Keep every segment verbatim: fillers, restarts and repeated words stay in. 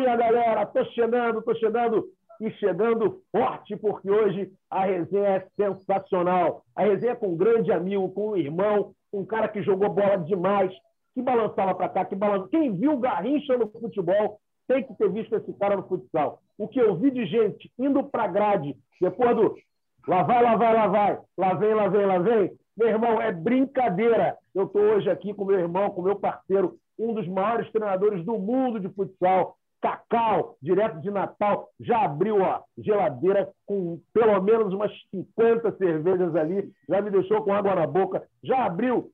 minha galera, tô chegando, tô chegando e chegando forte, porque hoje a resenha é sensacional. A resenha é com um grande amigo, com um irmão, um cara que jogou bola demais, que balançava para cá, que balançava. Quem viu Garrincha no futebol tem que ter visto esse cara no futsal. O que eu vi de gente indo para a grade, depois do lá vai, lá vai, lá vai, lá vem, lá vem, lá vem, meu irmão, é brincadeira. Eu estou hoje aqui com meu irmão, com meu parceiro, um dos maiores treinadores do mundo de futsal, Cacau, direto de Natal, já abriu a geladeira com pelo menos umas cinquenta cervejas ali, já me deixou com água na boca, já abriu,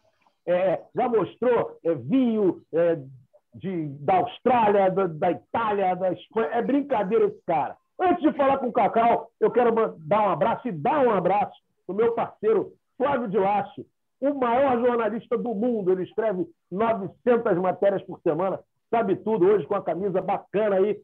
é, já mostrou é, vinho é, de, da Austrália, da, da Itália, da Espanha. É brincadeira esse cara. Antes de falar com o Cacau, eu quero dar um abraço e dar um abraço para o meu parceiro Flávio de Lácio, o maior jornalista do mundo. Ele escreve novecentas matérias por semana, sabe tudo, hoje com a camisa bacana aí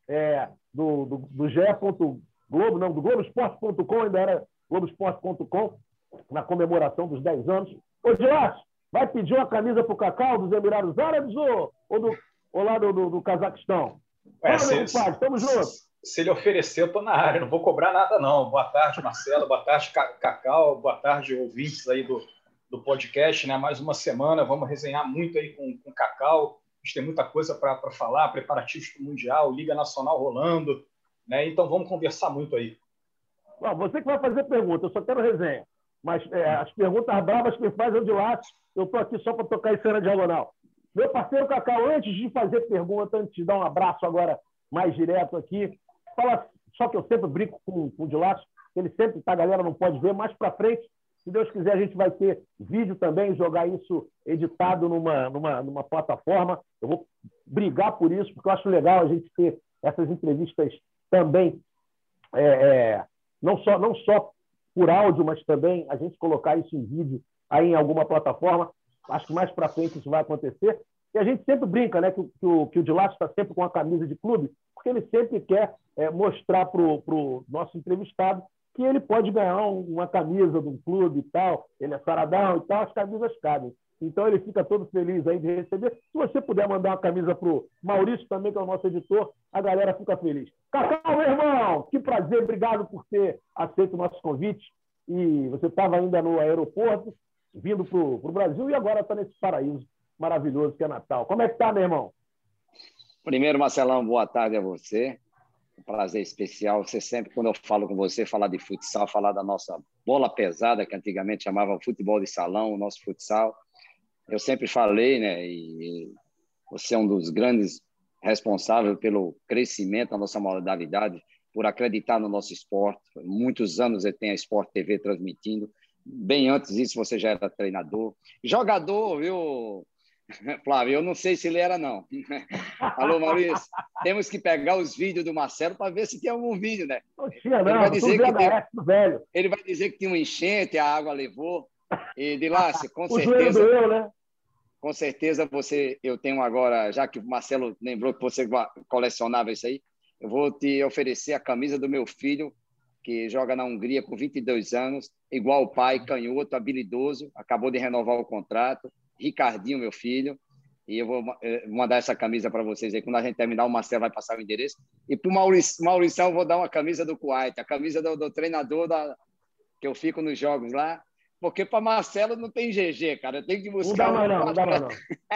é, do, do, do G E. Globo, não, do Globoesporte ponto com, ainda era Globoesporte ponto com, na comemoração dos dez anos. Ô, Dilácio, vai pedir uma camisa para o Cacau dos Emirados Árabes ou, ou, do, ou lá do, do, do Cazaquistão? É, Fala, meu compadre, tamo junto. Se ele oferecer, eu estou na área, não vou cobrar nada, não. Boa tarde, Marcelo, boa tarde, Cacau, boa tarde, ouvintes aí do, do podcast, né? Mais uma semana, vamos resenhar muito aí com, com o Cacau. A gente tem muita coisa para falar, preparativos para o Mundial, Liga Nacional rolando, né? Então vamos conversar muito aí. Bom, você que vai fazer pergunta, eu só quero resenha. Mas é, as perguntas bravas que faz é o de lá, eu estou aqui só para tocar em cena diagonal. Meu parceiro Cacau, antes de fazer pergunta, antes de dar um abraço agora mais direto aqui, fala, só que eu sempre brinco com, com o Dilácio, ele sempre, tá, a galera não pode ver, mais para frente, se Deus quiser, a gente vai ter vídeo também, jogar isso editado numa, numa, numa plataforma. Eu vou brigar por isso, porque eu acho legal a gente ter essas entrevistas também, é, é, não, só, não só por áudio, mas também a gente colocar isso em vídeo aí em alguma plataforma. Acho que mais para frente isso vai acontecer. E a gente sempre brinca, né, que, que o, que o Dilácio está sempre com a camisa de clube, porque ele sempre quer é, mostrar para o nosso entrevistado que ele pode ganhar uma camisa de um clube e tal, ele é saradão e tal, as camisas cabem. Então ele fica todo feliz aí de receber. Se você puder mandar uma camisa para o Maurício também, que é o nosso editor, a galera fica feliz. Cacau, meu irmão, que prazer, obrigado por ter aceito o nosso convite. E você estava ainda no aeroporto, vindo para o Brasil, e agora está nesse paraíso maravilhoso que é Natal. Como é que está, meu irmão? Primeiro, Marcelão, boa tarde a você. Um prazer especial. Você sempre, quando eu falo com você, falar de futsal, falar da nossa bola pesada, que antigamente chamava futebol de salão, o nosso futsal. Eu sempre falei, né? E você é um dos grandes responsáveis pelo crescimento da nossa modalidade, por acreditar no nosso esporte. Muitos anos eu tenho a Sport T V transmitindo. Bem antes disso, você já era treinador. Jogador, viu, Flávio? Eu não sei se ele era, não. Alô, Maurício? Temos que pegar os vídeos do Marcelo para ver se tem algum vídeo, né? Não tinha, não. Ele vai dizer que tem... velho. Ele vai dizer que tinha um enchente, a água levou. E, Dilácio, com o certeza... joelho doeu, né? Com certeza você... Eu tenho agora, já que o Marcelo lembrou que você colecionava isso aí, eu vou te oferecer a camisa do meu filho, que joga na Hungria com vinte e dois anos, igual o pai, canhoto, habilidoso, acabou de renovar o contrato. Ricardinho, meu filho, e eu vou mandar essa camisa para vocês aí. Quando a gente terminar, o Marcelo vai passar o endereço. E para o Maurício, Maurício, eu vou dar uma camisa do Kuwait, a camisa do, do treinador da, que eu fico nos jogos lá, porque para Marcelo não tem G G, cara. Eu tenho que buscar... Não dá mais não, não dá mais não.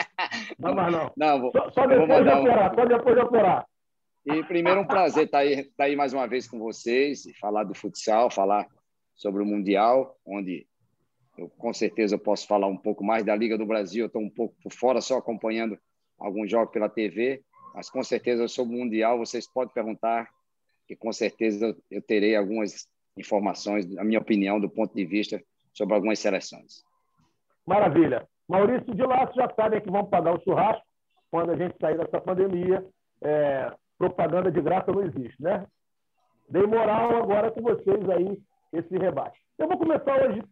Não dá mais não. Não, vou, só, só depois de operar, um... só depois de operar. E primeiro, um prazer estar aí, estar aí mais uma vez com vocês, falar do futsal, falar sobre o Mundial, onde eu com certeza eu posso falar um pouco mais da Liga do Brasil. Eu estou um pouco por fora, só acompanhando alguns jogos pela T V, mas com certeza sobre o Mundial vocês podem perguntar, que com certeza eu terei algumas informações, a minha opinião, do ponto de vista sobre algumas seleções. Maravilha. Maurício de Lácio já sabe que vamos pagar o churrasco quando a gente sair dessa pandemia. É... Propaganda de graça não existe, né? Dei moral agora com vocês aí, esse rebate. Eu vou começar hoje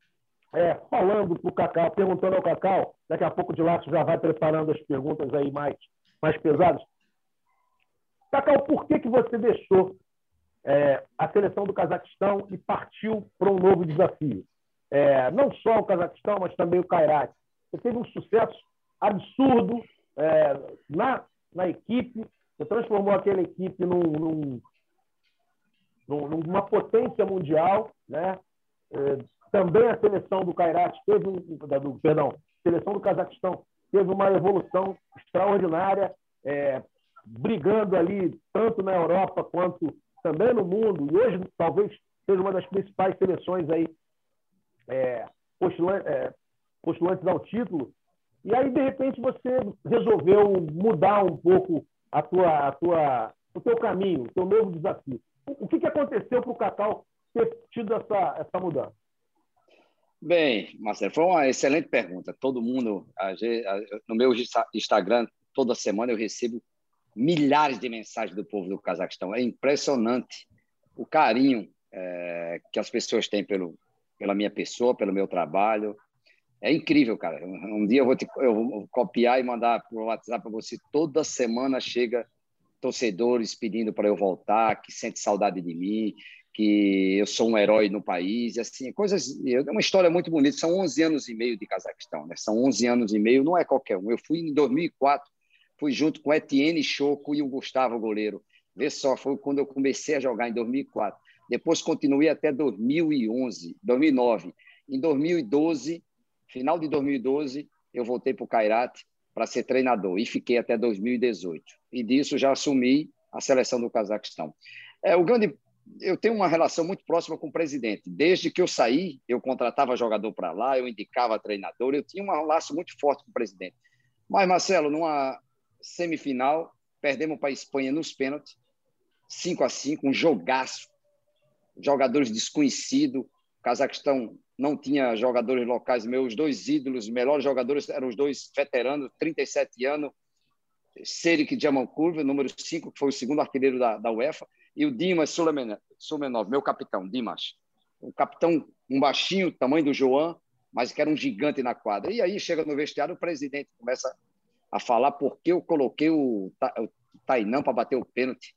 é, falando para o Cacau, perguntando ao Cacau, daqui a pouco o Dilácio já vai preparando as perguntas aí mais, mais pesadas. Cacau, por que, que você deixou é, a seleção do Cazaquistão e partiu para um novo desafio? É, não só o Cazaquistão, mas também o Kairat. Você teve um sucesso absurdo é, na, na equipe, Você transformou aquela equipe num, num, num, numa potência mundial, né? É, também a seleção do Kairat teve um, da, do, perdão, a seleção do Cazaquistão teve uma evolução extraordinária, é, brigando ali tanto na Europa quanto também no mundo, e hoje talvez seja uma das principais seleções aí, é, postulantes, é, postulantes ao título. E aí, de repente, você resolveu mudar um pouco a tua, a tua, o teu caminho, o teu novo desafio. O que, que aconteceu para o Cacau ter tido essa, essa mudança? Bem, Marcelo, foi uma excelente pergunta. Todo mundo, no meu Instagram, toda semana eu recebo milhares de mensagens do povo do Cazaquistão. É impressionante o carinho é, que as pessoas têm pelo, pela minha pessoa, pelo meu trabalho. É incrível, cara. Um dia eu vou, te, eu vou copiar e mandar por WhatsApp para você. Toda semana chega torcedores pedindo para eu voltar, que sente saudade de mim, que eu sou um herói no país, assim, coisas... É uma história muito bonita. São onze anos e meio de Cazaquistão, né? São onze anos e meio, não é qualquer um. Eu fui em dois mil e quatro, fui junto com o Etienne Choco e o Gustavo, goleiro. Vê só, foi quando eu comecei a jogar, em dois mil e quatro. Depois continuei até dois mil e onze, dois mil e nove. Em dois mil e doze, final de dois mil e doze, eu voltei para o Kairat para ser treinador e fiquei até dois mil e dezoito. E disso já assumi a seleção do Cazaquistão. É, o grande... Eu tenho uma relação muito próxima com o presidente. Desde que eu saí, eu contratava jogador para lá, eu indicava treinador, eu tinha um laço muito forte com o presidente. Mas, Marcelo, numa semifinal, perdemos para a Espanha nos pênaltis, cinco a cinco, um jogaço, jogadores desconhecidos. O Cazaquistão não tinha jogadores locais meus, dois ídolos, os melhores jogadores eram os dois veteranos, trinta e sete anos, Serik Diamankurov, número cinco, que foi o segundo artilheiro da, da UEFA, e o Dimas Sumenov, meu capitão, Dimas. O capitão, um baixinho, tamanho do João, mas que era um gigante na quadra. E aí chega no vestiário, o presidente começa a falar por que eu coloquei o, o Tainan para bater o pênalti,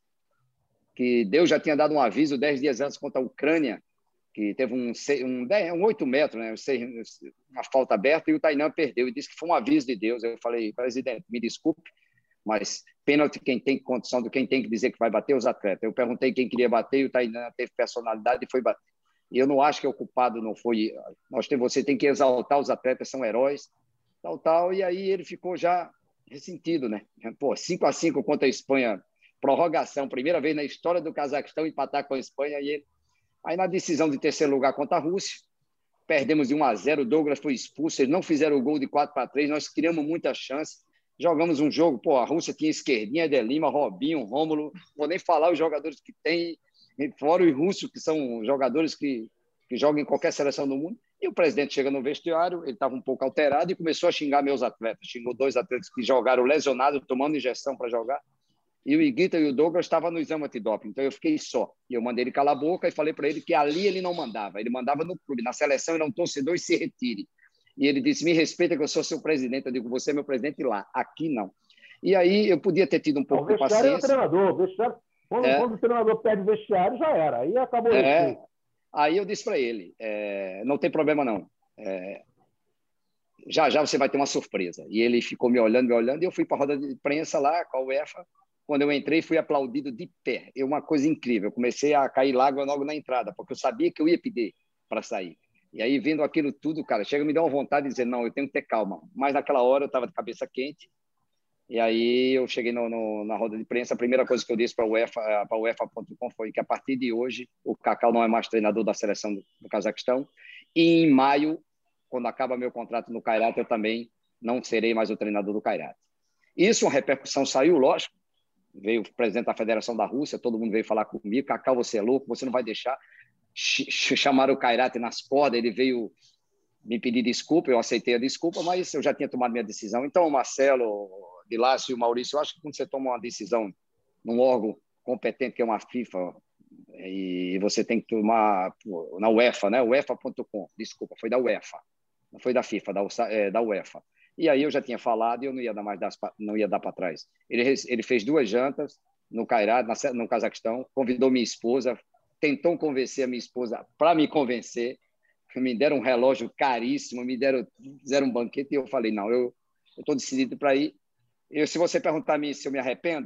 que Deus já tinha dado um aviso dez dias antes contra a Ucrânia, que teve um, um, um oito metros, né, uma falta aberta, e o Tainan perdeu, e disse que foi um aviso de Deus. Eu falei, presidente, me desculpe, mas pênalti quem tem condição, do quem tem que dizer que vai bater, os atletas. Eu perguntei quem queria bater, e o Tainan teve personalidade e foi bater. E eu não acho que o culpado não foi... Nós tem, você tem que exaltar os atletas, são heróis, tal, tal, e aí ele ficou já ressentido, né? Pô, cinco a cinco contra a Espanha, prorrogação, primeira vez na história do Cazaquistão empatar com a Espanha, e ele... Aí na decisão de terceiro lugar contra a Rússia, perdemos de um a zero, o Douglas foi expulso, eles não fizeram o gol de quatro para três, nós criamos muita chance, jogamos um jogo, pô, a Rússia tinha Esquerdinha, Eder Lima, Robinho, Rômulo, não vou nem falar os jogadores que tem, fora os russos, que são jogadores que, que jogam em qualquer seleção do mundo, e o presidente chega no vestiário, ele estava um pouco alterado e começou a xingar meus atletas, xingou dois atletas que jogaram lesionados, tomando injeção para jogar, e o Iguita e o Douglas estavam no exame antidoping, então eu fiquei só. E eu mandei ele calar a boca e falei para ele que ali ele não mandava, ele mandava no clube, na seleção ele é um torcedor e se retire. E ele disse, me respeita que eu sou seu presidente. Eu digo, você é meu presidente lá, aqui não. E aí eu podia ter tido um pouco de paciência. O vestiário é o treinador, o vestiário, quando, é, quando o treinador perde vestiário, já era, aí acabou é, isso. Aí eu disse para ele, é, não tem problema não, é, já já você vai ter uma surpresa. E ele ficou me olhando, me olhando, e eu fui para a roda de imprensa lá com a UEFA. Quando eu entrei, fui aplaudido de pé. É uma coisa incrível. Eu comecei a cair lágua logo na entrada, porque eu sabia que eu ia pedir para sair. E aí, vendo aquilo tudo, cara, chega me deu uma vontade de dizer, não, eu tenho que ter calma. Mas naquela hora eu estava de cabeça quente. E aí eu cheguei no, no, na roda de imprensa. A primeira coisa que eu disse para a UEFA, para a UEFA ponto com foi que a partir de hoje o Cacau não é mais treinador da seleção do, do Cazaquistão. E em maio, quando acaba meu contrato no Kairat, eu também não serei mais o treinador do Kairat. Isso, uma repercussão saiu, lógico. Veio o presidente da Federação da Rússia, todo mundo veio falar comigo, Cacau, você é louco, você não vai deixar. Chamaram o Kairat nas cordas, ele veio me pedir desculpa, eu aceitei a desculpa, mas eu já tinha tomado minha decisão. Então, o Marcelo, Dilácio e o Maurício, eu acho que quando você toma uma decisão num órgão competente, que é uma FIFA, e você tem que tomar na UEFA, né? UEFA ponto com, desculpa, foi da UEFA, não foi da FIFA, da, é, da UEFA. E aí eu já tinha falado e eu não ia dar mais não ia dar para trás. Ele, ele fez duas jantas no Kairat, no Cazaquistão, convidou minha esposa, tentou convencer a minha esposa para me convencer, me deram um relógio caríssimo, me deram, fizeram um banquete e eu falei, não, eu estou decidido para ir. Eu, se você perguntar a mim se eu me arrependo,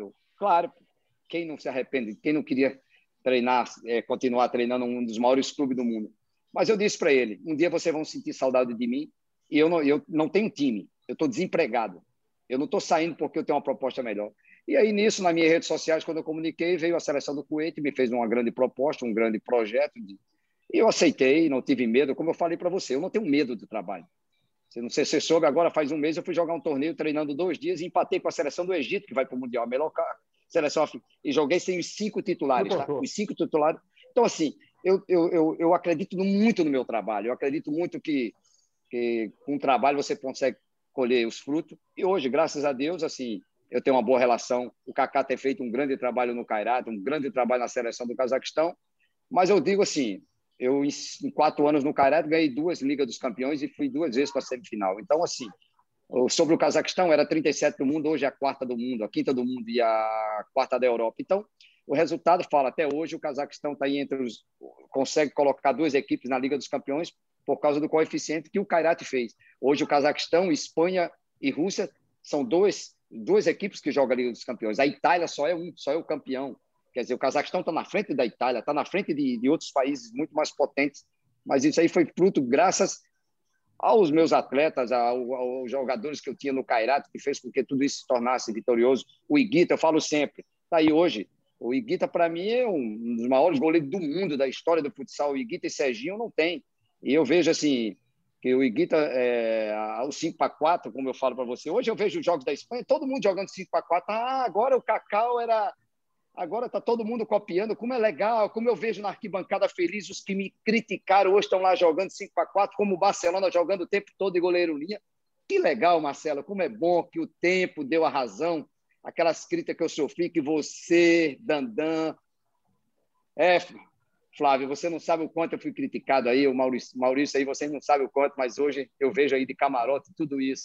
Claro, quem não se arrepende, quem não queria treinar, é, continuar treinando um dos maiores clubes do mundo. Mas eu disse para ele, um dia vocês vão sentir saudade de mim e eu não, eu não tenho time, eu estou desempregado. Eu não estou saindo porque eu tenho uma proposta melhor. E aí, nisso, nas minhas redes sociais, quando eu comuniquei, veio a seleção do Kuwait, me fez uma grande proposta, um grande projeto. De... E eu aceitei, não tive medo. Como eu falei para você, eu não tenho medo do trabalho. Não sei se você soube, agora faz um mês eu fui jogar um torneio treinando dois dias e empatei com a seleção do Egito, que vai para o Mundial, a melhor seleção africana. E joguei sem os cinco titulares, tá? Os cinco titulares. Então, assim, eu, eu, eu, eu acredito muito no meu trabalho. Eu acredito muito que, que com o trabalho você consegue colher os frutos. E hoje, graças a Deus, assim, eu tenho uma boa relação. O Kaká tem feito um grande trabalho no Kairat, um grande trabalho na seleção do Cazaquistão. Mas eu digo assim, eu em quatro anos no Kairat ganhei duas Ligas dos Campeões e fui duas vezes para a semifinal. Então, assim, sobre o Cazaquistão, era trinta e sete do mundo, hoje é a quarta do mundo, a quinta do mundo e a quarta da Europa. Então, o resultado fala, até hoje o Cazaquistão está aí entre os... consegue colocar duas equipes na Liga dos Campeões por causa do coeficiente que o Kairat fez. Hoje o Cazaquistão, Espanha e Rússia são dois, duas equipes que jogam a Liga dos Campeões. A Itália só é um, só é o campeão. Quer dizer, o Cazaquistão está na frente da Itália, está na frente de, de outros países muito mais potentes, mas isso aí foi fruto graças aos meus atletas, ao, aos jogadores que eu tinha no Kairat, que fez com que tudo isso se tornasse vitorioso. O Higuita, eu falo sempre, está aí hoje. O Higuita, para mim, é um dos maiores goleiros do mundo, da história do futsal. O Higuita e Serginho não tem. E eu vejo, assim, que o Higuita, é, o cinco para quatro, como eu falo para você, hoje eu vejo os jogos da Espanha, todo mundo jogando cinco para quatro. Ah, agora o Cacau era... Agora está todo mundo copiando, como é legal, como eu vejo na arquibancada feliz, os que me criticaram hoje estão lá jogando cinco para quatro, como o Barcelona jogando o tempo todo de goleiro linha. Que legal, Marcelo, como é bom que o tempo deu a razão, aquelas críticas que eu sofri, que você, Dandan... É, Flávio, você não sabe o quanto eu fui criticado aí, o Maurício, Maurício aí, você não sabe o quanto, mas hoje eu vejo aí de camarote tudo isso.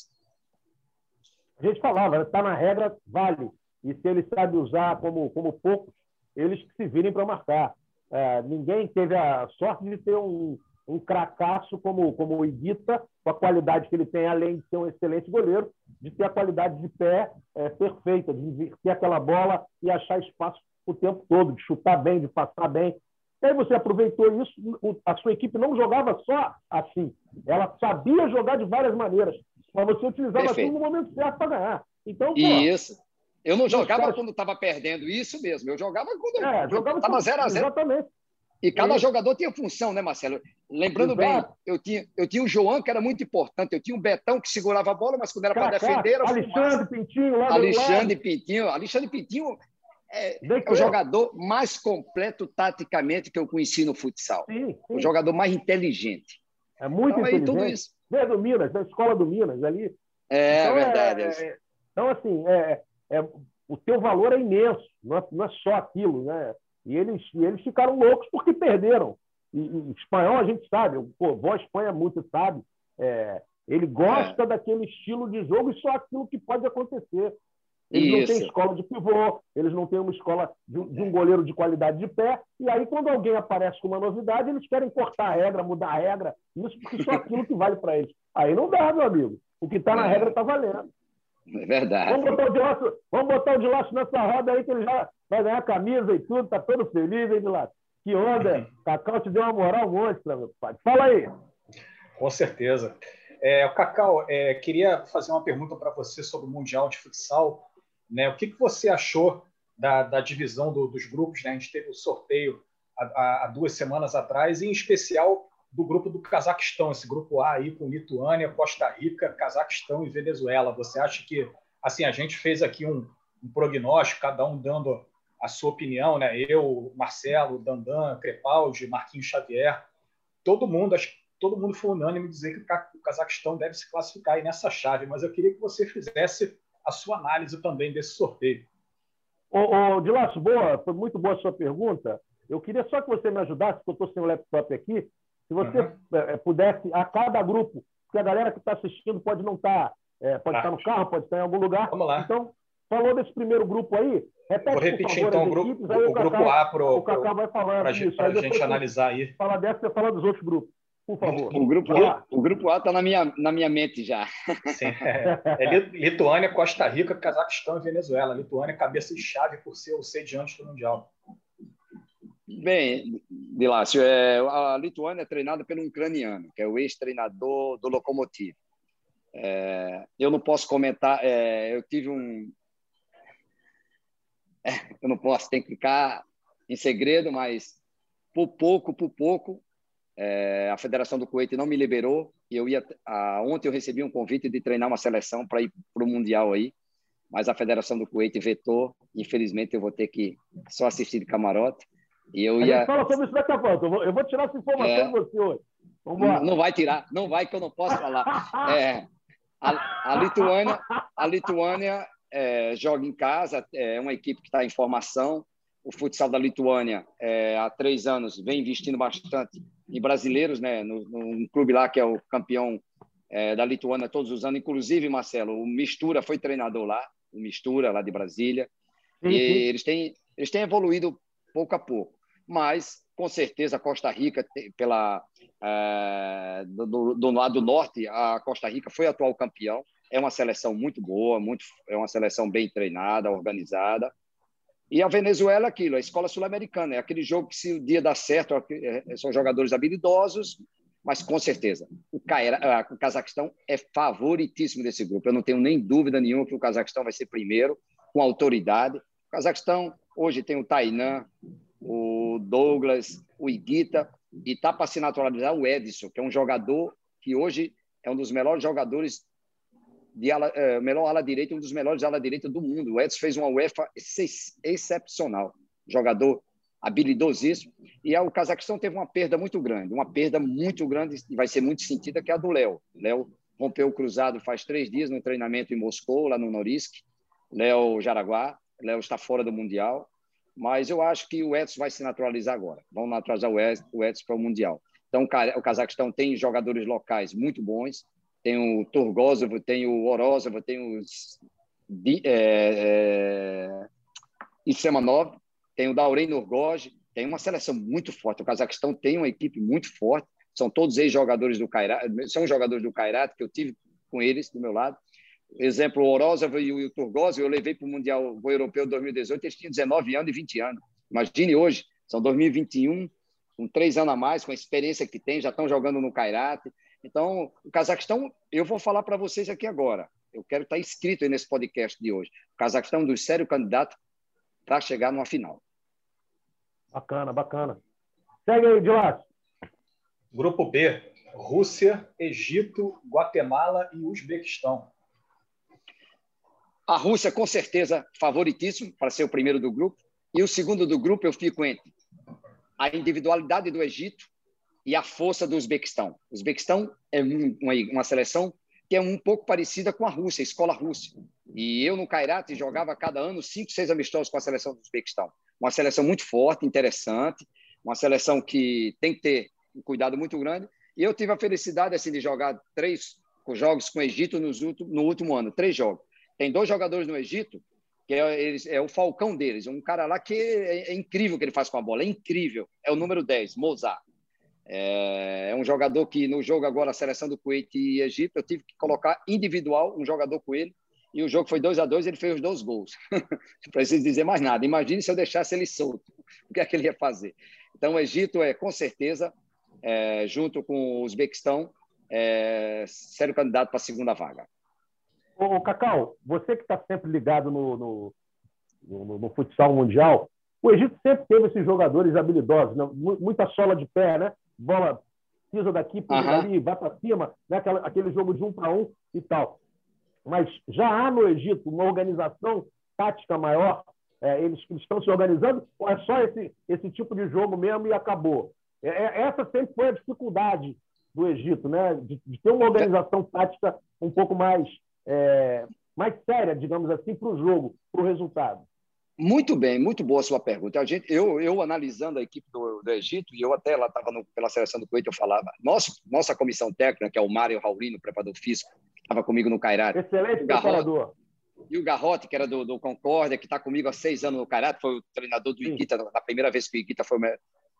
A gente falava, está na regra, vale. E se ele sabe usar como, como poucos, eles que se virem para marcar. É, ninguém teve a sorte de ter um, um cracaço como, como o Higuita, com a qualidade que ele tem, além de ser um excelente goleiro, de ter a qualidade de pé é, perfeita, de inverter aquela bola e achar espaço o tempo todo, de chutar bem, de passar bem. E aí você aproveitou isso, a sua equipe não jogava só assim, ela sabia jogar de várias maneiras, mas você utilizava tudo no momento certo para ganhar. Então, pô, isso. Eu não jogava caras... quando estava perdendo, isso mesmo. Eu jogava quando é, estava zero a zero. Exatamente. E cada e... jogador tinha função, né, Marcelo? Lembrando Exato. bem, eu tinha, eu tinha o João, que era muito importante. Eu tinha o Betão, que segurava a bola, mas quando era para defender, era o Alexandre Pintinho. Lá Alexandre do Pintinho. Alexandre Pintinho é, é o jogador mais completo taticamente que eu conheci no futsal. Sim, sim. O jogador mais inteligente. É muito então, inteligente. Aí, tudo isso. Veio do Minas, da escola do Minas ali. É, então, verdade. É, é, então, assim, é, é, o teu valor é imenso, não é, não é só aquilo, né? E eles, e eles ficaram loucos porque perderam. E, e espanhol a gente sabe, pô, vó Espanha muito sabe, é, ele gosta é. daquele estilo de jogo e só aquilo que pode acontecer. Eles Isso. não têm escola de pivô, eles não têm uma escola de, de um goleiro de qualidade de pé, e aí quando alguém aparece com uma novidade, eles querem cortar a regra, mudar a regra, isso porque só aquilo que vale para eles. Aí não dá, meu amigo. O que está na regra está valendo. É verdade. Vamos botar o de laço, vamos botar o de laço nessa roda aí, que ele já vai ganhar camisa e tudo, tá todo feliz, hein, de laço? Que onda, Cacau te deu uma moral monstra, meu pai. Fala aí. Com certeza. É, Cacau, é, queria fazer uma pergunta para você sobre o Mundial de Futsal. Né? O que, que você achou da, da divisão do, dos grupos? Né? A gente teve o sorteio há, há duas semanas atrás, e em especial do grupo do Cazaquistão, esse grupo A aí com Lituânia, Costa Rica, Cazaquistão e Venezuela. Você acha que, assim, a gente fez aqui um, um prognóstico, cada um dando a sua opinião, né? Eu, Marcelo, Dandan, Crepaldi, Marquinhos Xavier, todo mundo, acho que todo mundo foi unânime dizer que o Cazaquistão deve se classificar aí nessa chave, mas eu queria que você fizesse a sua análise também desse sorteio. Ô, ô Dilácio, boa, foi muito boa a sua pergunta. Eu queria só que você me ajudasse, porque eu estou sem o laptop aqui, se você uhum. é, pudesse, a cada grupo, porque a galera que está assistindo pode não estar, é, pode estar tá no carro, pode estar em algum lugar. Vamos lá. Então, falou desse primeiro grupo aí, repete, Vou repetir, por favor, então, o grupo, equipes, o, o Cacau, grupo A para o Cacau vai falando a gente analisar aí. Fala dessa, você fala dos outros grupos. Por favor. O grupo A, o grupo A está na minha, na minha mente já. Sim, é, é Lituânia, Costa Rica, Cazaquistão e Venezuela. Lituânia, cabeça de chave por ser o sediante do Mundial. Bem, Dilácio, é, a Lituânia é treinada pelo ucraniano, que é o ex-treinador do Lokomotiv. É, eu não posso comentar, é, eu tive um... É, eu não posso, tem que ficar em segredo, mas por pouco, por pouco, é, a Federação do Kuwait não me liberou e eu ia... A, ontem eu recebi um convite de treinar uma seleção para ir para o Mundial aí, mas a Federação do Kuwait vetou. Infelizmente, eu vou ter que só assistir de camarote. E eu ia... A gente fala sobre isso daqui a pouco. Eu vou, eu vou tirar essa informação é... de você hoje. Vamos não, não vai tirar, não vai, que eu não posso falar. É, a, a Lituânia, a Lituânia é, joga em casa, é uma equipe que está em formação. O futsal da Lituânia, é, há três anos, vem investindo bastante em brasileiros, né? No, no clube lá que é o campeão é, da Lituânia todos os anos. Inclusive, Marcelo, o Mistura foi treinador lá, o Mistura, lá de Brasília. Sim, e sim. Eles, têm, eles têm evoluído pouco a pouco. Mas, com certeza, a Costa Rica, pela, é, do, do lado norte, a Costa Rica foi atual campeão. É uma seleção muito boa, muito, é uma seleção bem treinada, organizada. E a Venezuela é aquilo, a escola sul-americana. É aquele jogo que, se o dia dá certo, são jogadores habilidosos, mas, com certeza, o, Caira, o Cazaquistão é favoritíssimo desse grupo. Eu não tenho nem dúvida nenhuma que o Cazaquistão vai ser primeiro, com autoridade. O Cazaquistão hoje tem o Tainan, o Douglas, o Iguita, e está para se naturalizar o Edson, que é um jogador que hoje é um dos melhores jogadores, de ala, é, melhor ala direita, um dos melhores ala direita do mundo. O Edson fez uma UEFA excepcional, jogador habilidosíssimo. E o Cazaquistão teve uma perda muito grande, uma perda muito grande, e vai ser muito sentida, que é a do Léo. Léo rompeu o cruzado faz três dias no treinamento em Moscou, lá no Norilsk. Léo Jaraguá, Léo está fora do Mundial. Mas eu acho que o Edson vai se naturalizar agora. Vão naturalizar o Edson para o Mundial. Então, o Cazaquistão tem jogadores locais muito bons. Tem o Turgozov, tem o Orozov, tem o é, é, Isemanov, tem o Daurei Nurgoj. Tem uma seleção muito forte. O Cazaquistão tem uma equipe muito forte. São todos ex-jogadores do Kairat. São jogadores do Kairat, que eu tive com eles do meu lado. Exemplo, o Orozov e o Turgozov, eu levei para o Mundial Europeu dois mil e dezoito, eles tinham dezenove anos e vinte anos. Imagine hoje, são dois mil e vinte e um, com três anos a mais, com a experiência que tem, já estão jogando no Kairat. Então, o Cazaquistão, eu vou falar para vocês aqui agora, eu quero estar inscrito aí nesse podcast de hoje. O Cazaquistão é um dos sérios candidatos para chegar numa final. Bacana, bacana. Segue aí, Dilácio. Grupo B, Rússia, Egito, Guatemala e Uzbequistão. A Rússia, com certeza, favoritíssimo para ser o primeiro do grupo. E o segundo do grupo, eu fico entre a individualidade do Egito e a força do Uzbequistão. O Uzbequistão é uma, uma seleção que é um pouco parecida com a Rússia, a escola russa. E eu, no Kairat, jogava cada ano cinco, seis amistosos com a seleção do Uzbequistão. Uma seleção muito forte, interessante, uma seleção que tem que ter um cuidado muito grande. E eu tive a felicidade assim, de jogar três jogos com o Egito nos últimos, no último ano, três jogos. Tem dois jogadores no Egito, que é, eles, é o falcão deles, um cara lá que é, é incrível o que ele faz com a bola, é incrível. É o número dez, Mozart. É, é um jogador que no jogo agora, a seleção do Kuwait e Egito, eu tive que colocar individual um jogador com ele, e o jogo foi dois a dois, ele fez os dois gols. Não preciso dizer mais nada. Imagine se eu deixasse ele solto, o que é que ele ia fazer? Então, o Egito é, com certeza, é, junto com o Uzbequistão, é, sério candidato para a segunda vaga. Ô, Cacau, você que está sempre ligado no, no, no, no futsal mundial, o Egito sempre teve esses jogadores habilidosos, né? Muita sola de pé, né? Bola pisa daqui, pisa uhum. dali, vai para cima, né? Aquela, aquele jogo de um para um e tal. Mas já há no Egito uma organização tática maior, é, eles, eles estão se organizando, ou é só esse, esse tipo de jogo mesmo e acabou? É, essa sempre foi a dificuldade do Egito, né? De, de ter uma organização tática um pouco mais... É, mais séria, digamos assim, para o jogo, para o resultado. Muito bem, muito boa a sua pergunta. A gente, eu, eu analisando a equipe do, do Egito, e eu até lá estava pela seleção do Kuwait, eu falava, nossa, nossa comissão técnica, que é o Mário Raulino, preparador físico, que estava comigo no Kairat. Excelente preparador. E o Garrote, que era do, do Concórdia, que está comigo há seis anos no Kairat, foi o treinador do Iguita, na primeira vez que o Iguita foi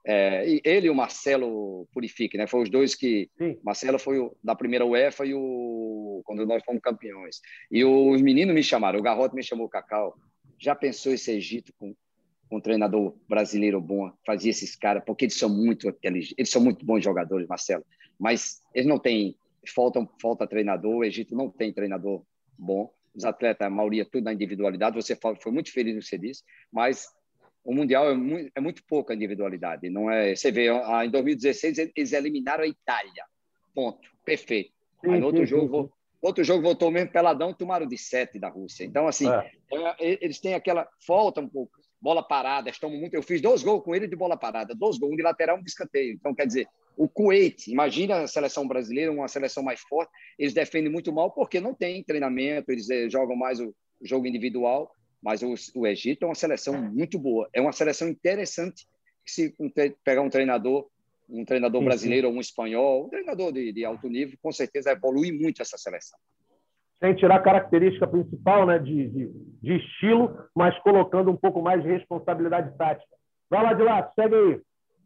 É, e ele e o Marcelo Purifique, né? Foram os dois que... Sim. Marcelo foi o, da primeira UEFA e o quando nós fomos campeões. E os meninos me chamaram, o Garrote me chamou, Cacau, já pensou esse Egito com, com um treinador brasileiro bom? Fazia esses caras, porque eles são muito inteligentes, eles são muito bons jogadores, Marcelo, mas eles não têm, faltam, falta treinador, o Egito não tem treinador bom, os atletas, a maioria, tudo na individualidade, você foi muito feliz no que você disse, mas o Mundial é muito, é muito pouca individualidade. Não é, você vê, em dois mil e dezesseis, eles eliminaram a Itália. Ponto. Perfeito. Sim, Aí no outro sim, jogo, sim, sim. outro jogo voltou mesmo peladão, tomaram de sete da Rússia. Então, assim, É. eles têm aquela... Falta um pouco. Bola parada, estão muito... Eu fiz dois gols com ele de bola parada. Dois gols, um de lateral, um de escanteio. Então, quer dizer, o Kuwait, imagina a seleção brasileira, uma seleção mais forte, eles defendem muito mal porque não tem treinamento, eles jogam mais o jogo individual. Mas o, o Egito é uma seleção muito boa. É uma seleção interessante se um, pegar um treinador, um treinador Sim, brasileiro sim. ou um espanhol, um treinador de, de alto nível, com certeza evolui muito essa seleção. Sem tirar a característica principal, né, de, de, de estilo, mas colocando um pouco mais de responsabilidade tática. Vai lá de lá, segue aí.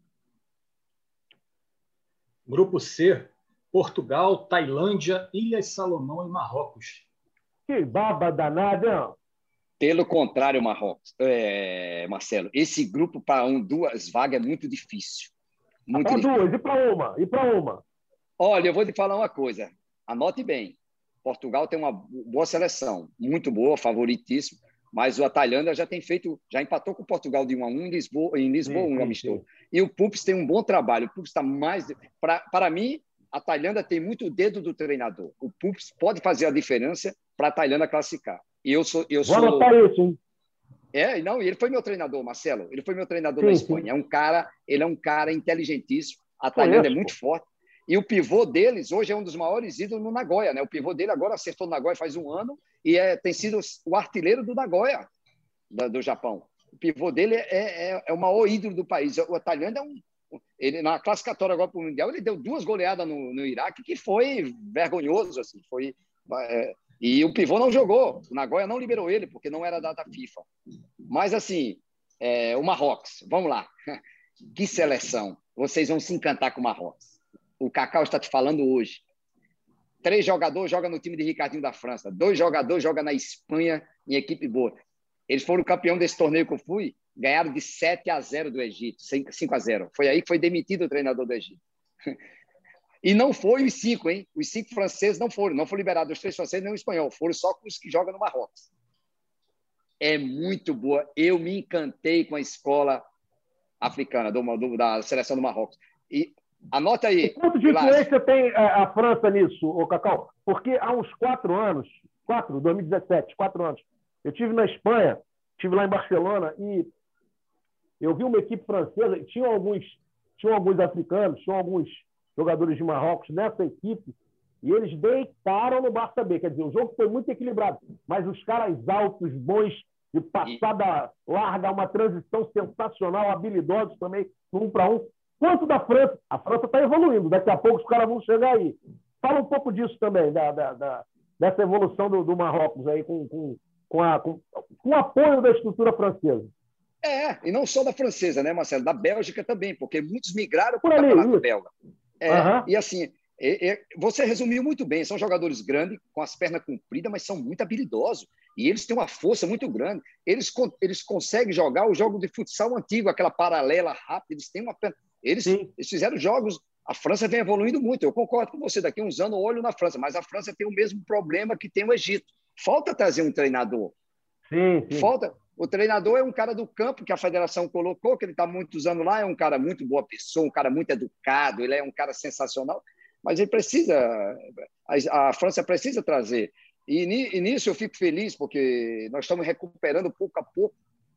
Grupo C, Portugal, Tailândia, Ilhas Salomão e Marrocos. Que baba danada, hein? Pelo contrário, Marrocos, é, Marcelo, esse grupo para um, duas vagas é muito difícil. Muito Para difícil. duas, e para uma? E para uma? Olha, eu vou te falar uma coisa. Anote bem. Portugal tem uma boa seleção, muito boa, favoritíssimo, mas a Tailândia já tem feito, já empatou com Portugal de um a um em Lisboa, em Lisboa Sim, um sim, amistoso. sim. E o Pups tem um bom trabalho. O Pups está mais... Pra, para mim, a Tailândia tem muito dedo do treinador. O Pups pode fazer a diferença para a Tailândia classificar. E eu sou... Eu Vou sou... anotar isso, hein? É, não, ele foi meu treinador, Marcelo. Ele foi meu treinador Sim, na sim. Espanha. É um cara, ele é um cara inteligentíssimo. A Conheço, Tailândia é muito pô. forte. E o pivô deles hoje é um dos maiores ídolos no Nagoya, né? O pivô dele agora acertou no Nagoya faz um ano e é, tem sido o artilheiro do Nagoya, da, do Japão. O pivô dele é, é, é o maior ídolo do país. O Tailândia é um... Ele, na classificatória agora para o Mundial, ele deu duas goleadas no, no Iraque, que foi vergonhoso, assim. Foi... É, e o pivô não jogou. O Nagoya não liberou ele, porque não era data FIFA. Mas, assim, é, o Marrocos, vamos lá. Que seleção. Vocês vão se encantar com o Marrocos. O Cacau está te falando hoje. Três jogadores jogam no time de Ricardinho da França. Dois jogadores jogam na Espanha em equipe boa. Eles foram campeão desse torneio que eu fui, ganharam de sete a zero do Egito, cinco a zero. Foi aí que foi demitido o treinador do Egito. E não foi os cinco, hein? Os cinco franceses não foram. Não foram liberados os três franceses nem o espanhol. Foram só os que jogam no Marrocos. É muito boa. Eu me encantei com a escola africana, do, do, da seleção do Marrocos. E anota aí. E quanto de influência tem a, a França nisso, ô Cacau? Porque há uns quatro anos, quatro, dois mil e dezessete, quatro anos, eu estive na Espanha, estive lá em Barcelona e eu vi uma equipe francesa, tinham alguns, tinham alguns africanos, tinham alguns jogadores de Marrocos nessa equipe e eles deitaram no Barça B. Quer dizer, o jogo foi muito equilibrado, mas os caras altos, bons, de passada larga, uma transição sensacional, habilidosos também, um para um. Quanto da França? A França está evoluindo. Daqui a pouco os caras vão chegar aí. Fala um pouco disso também, da, da, da, dessa evolução do, do Marrocos aí, com, com, com, a, com, com o apoio da estrutura francesa. É, e não só da francesa, né, Marcelo? Da Bélgica também, porque muitos migraram para o ali, campeonato isso. belga. É, Uhum. E assim, é, é, você resumiu muito bem. São jogadores grandes, com as pernas compridas, mas são muito habilidosos. E eles têm uma força muito grande. Eles, eles conseguem jogar o jogo de futsal antigo, aquela paralela rápida. Eles têm uma perna... Eles, eles fizeram jogos... A França vem evoluindo muito. Eu concordo com você. Daqui a uns anos eu olho na França, mas a França tem o mesmo problema que tem o Egito. Falta trazer um treinador. Sim, sim. Falta... O treinador é um cara do campo que a federação colocou, que ele está muitos anos lá, é um cara muito boa pessoa, um cara muito educado, ele é um cara sensacional, mas ele precisa, a, a França precisa trazer. E, e nisso eu fico feliz, porque nós estamos recuperando pouco a pouco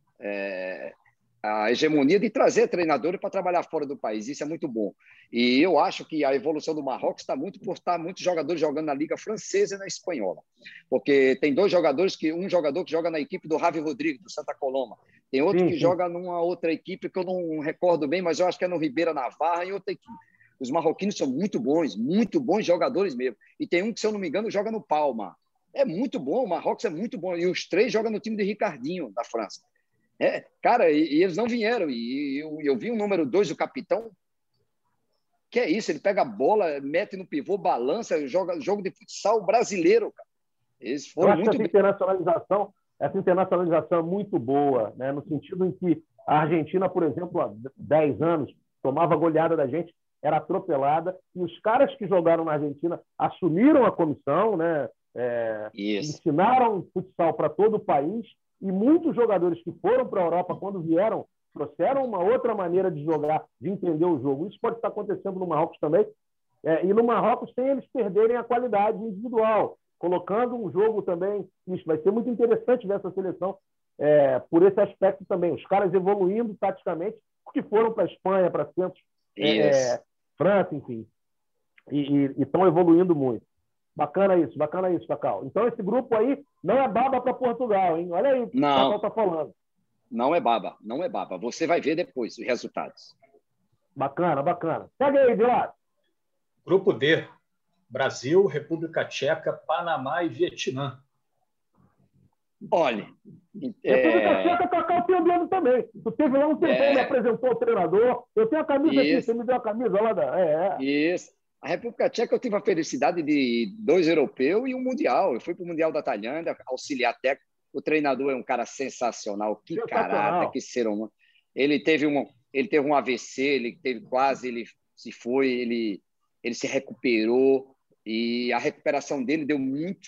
é, a hegemonia de trazer treinadores para trabalhar fora do país. Isso é muito bom. E eu acho que a evolução do Marrocos está muito por estar muitos jogadores jogando na Liga Francesa e na Espanhola. Porque tem dois jogadores, que um jogador que joga na equipe do Javi Rodrigues, do Santa Coloma. Tem outro Sim, que sim. joga numa outra equipe que eu não recordo bem, mas eu acho que é no Ribeira Navarra, em outra equipe. Os marroquinos são muito bons, muito bons jogadores mesmo. E tem um que, se eu não me engano, joga no Palma. É muito bom, o Marrocos é muito bom. E os três jogam no time de Ricardinho, da França. É, cara, e, e eles não vieram. E eu, eu vi o número dois, o capitão. Que é isso? Ele pega a bola, mete no pivô, balança, joga jogo de futsal brasileiro, cara. Eles Eu foram acho que muito essa bem. internacionalização, essa internacionalização é muito boa, né? No sentido em que a Argentina, por exemplo, há dez anos, tomava goleada da gente, era atropelada, e os caras que jogaram na Argentina assumiram a comissão, né? É, Isso. ensinaram futsal para todo o país, e muitos jogadores que foram para a Europa, quando vieram, trouxeram uma outra maneira de jogar, de entender o jogo. Isso pode estar acontecendo no Marrocos também, é, e no Marrocos sem eles perderem a qualidade individual, colocando um jogo também. Isso vai ser muito interessante ver essa seleção é, por esse aspecto também. Os caras evoluindo taticamente, porque foram para a Espanha, para centros, é, França, enfim, e estão evoluindo muito. Bacana isso, bacana isso, Cacau. Então, esse grupo aí não é baba para Portugal, hein? Olha aí o que o Cacau está falando. Não é baba, não é baba. Você vai ver depois os resultados. Bacana, bacana. Segue aí, Vilar. Grupo D. Brasil, República Tcheca, Panamá e Vietnã. Olha, República é... Tcheca, Cacau tem o dedo também. Tu teve lá um tempão, é... me apresentou o treinador. Eu tenho a camisa Isso. aqui, você me deu a camisa lá da... É, é. Isso. A República Tcheca, eu tive a felicidade de dois europeus e um mundial. Eu fui para o Mundial da Tailândia, auxiliar técnico. O treinador é um cara sensacional. Que sensacional. Caráter, que ser humano. Ele teve, um, ele teve um A V C, ele teve quase, ele se foi, ele, ele se recuperou. E a recuperação dele deu muito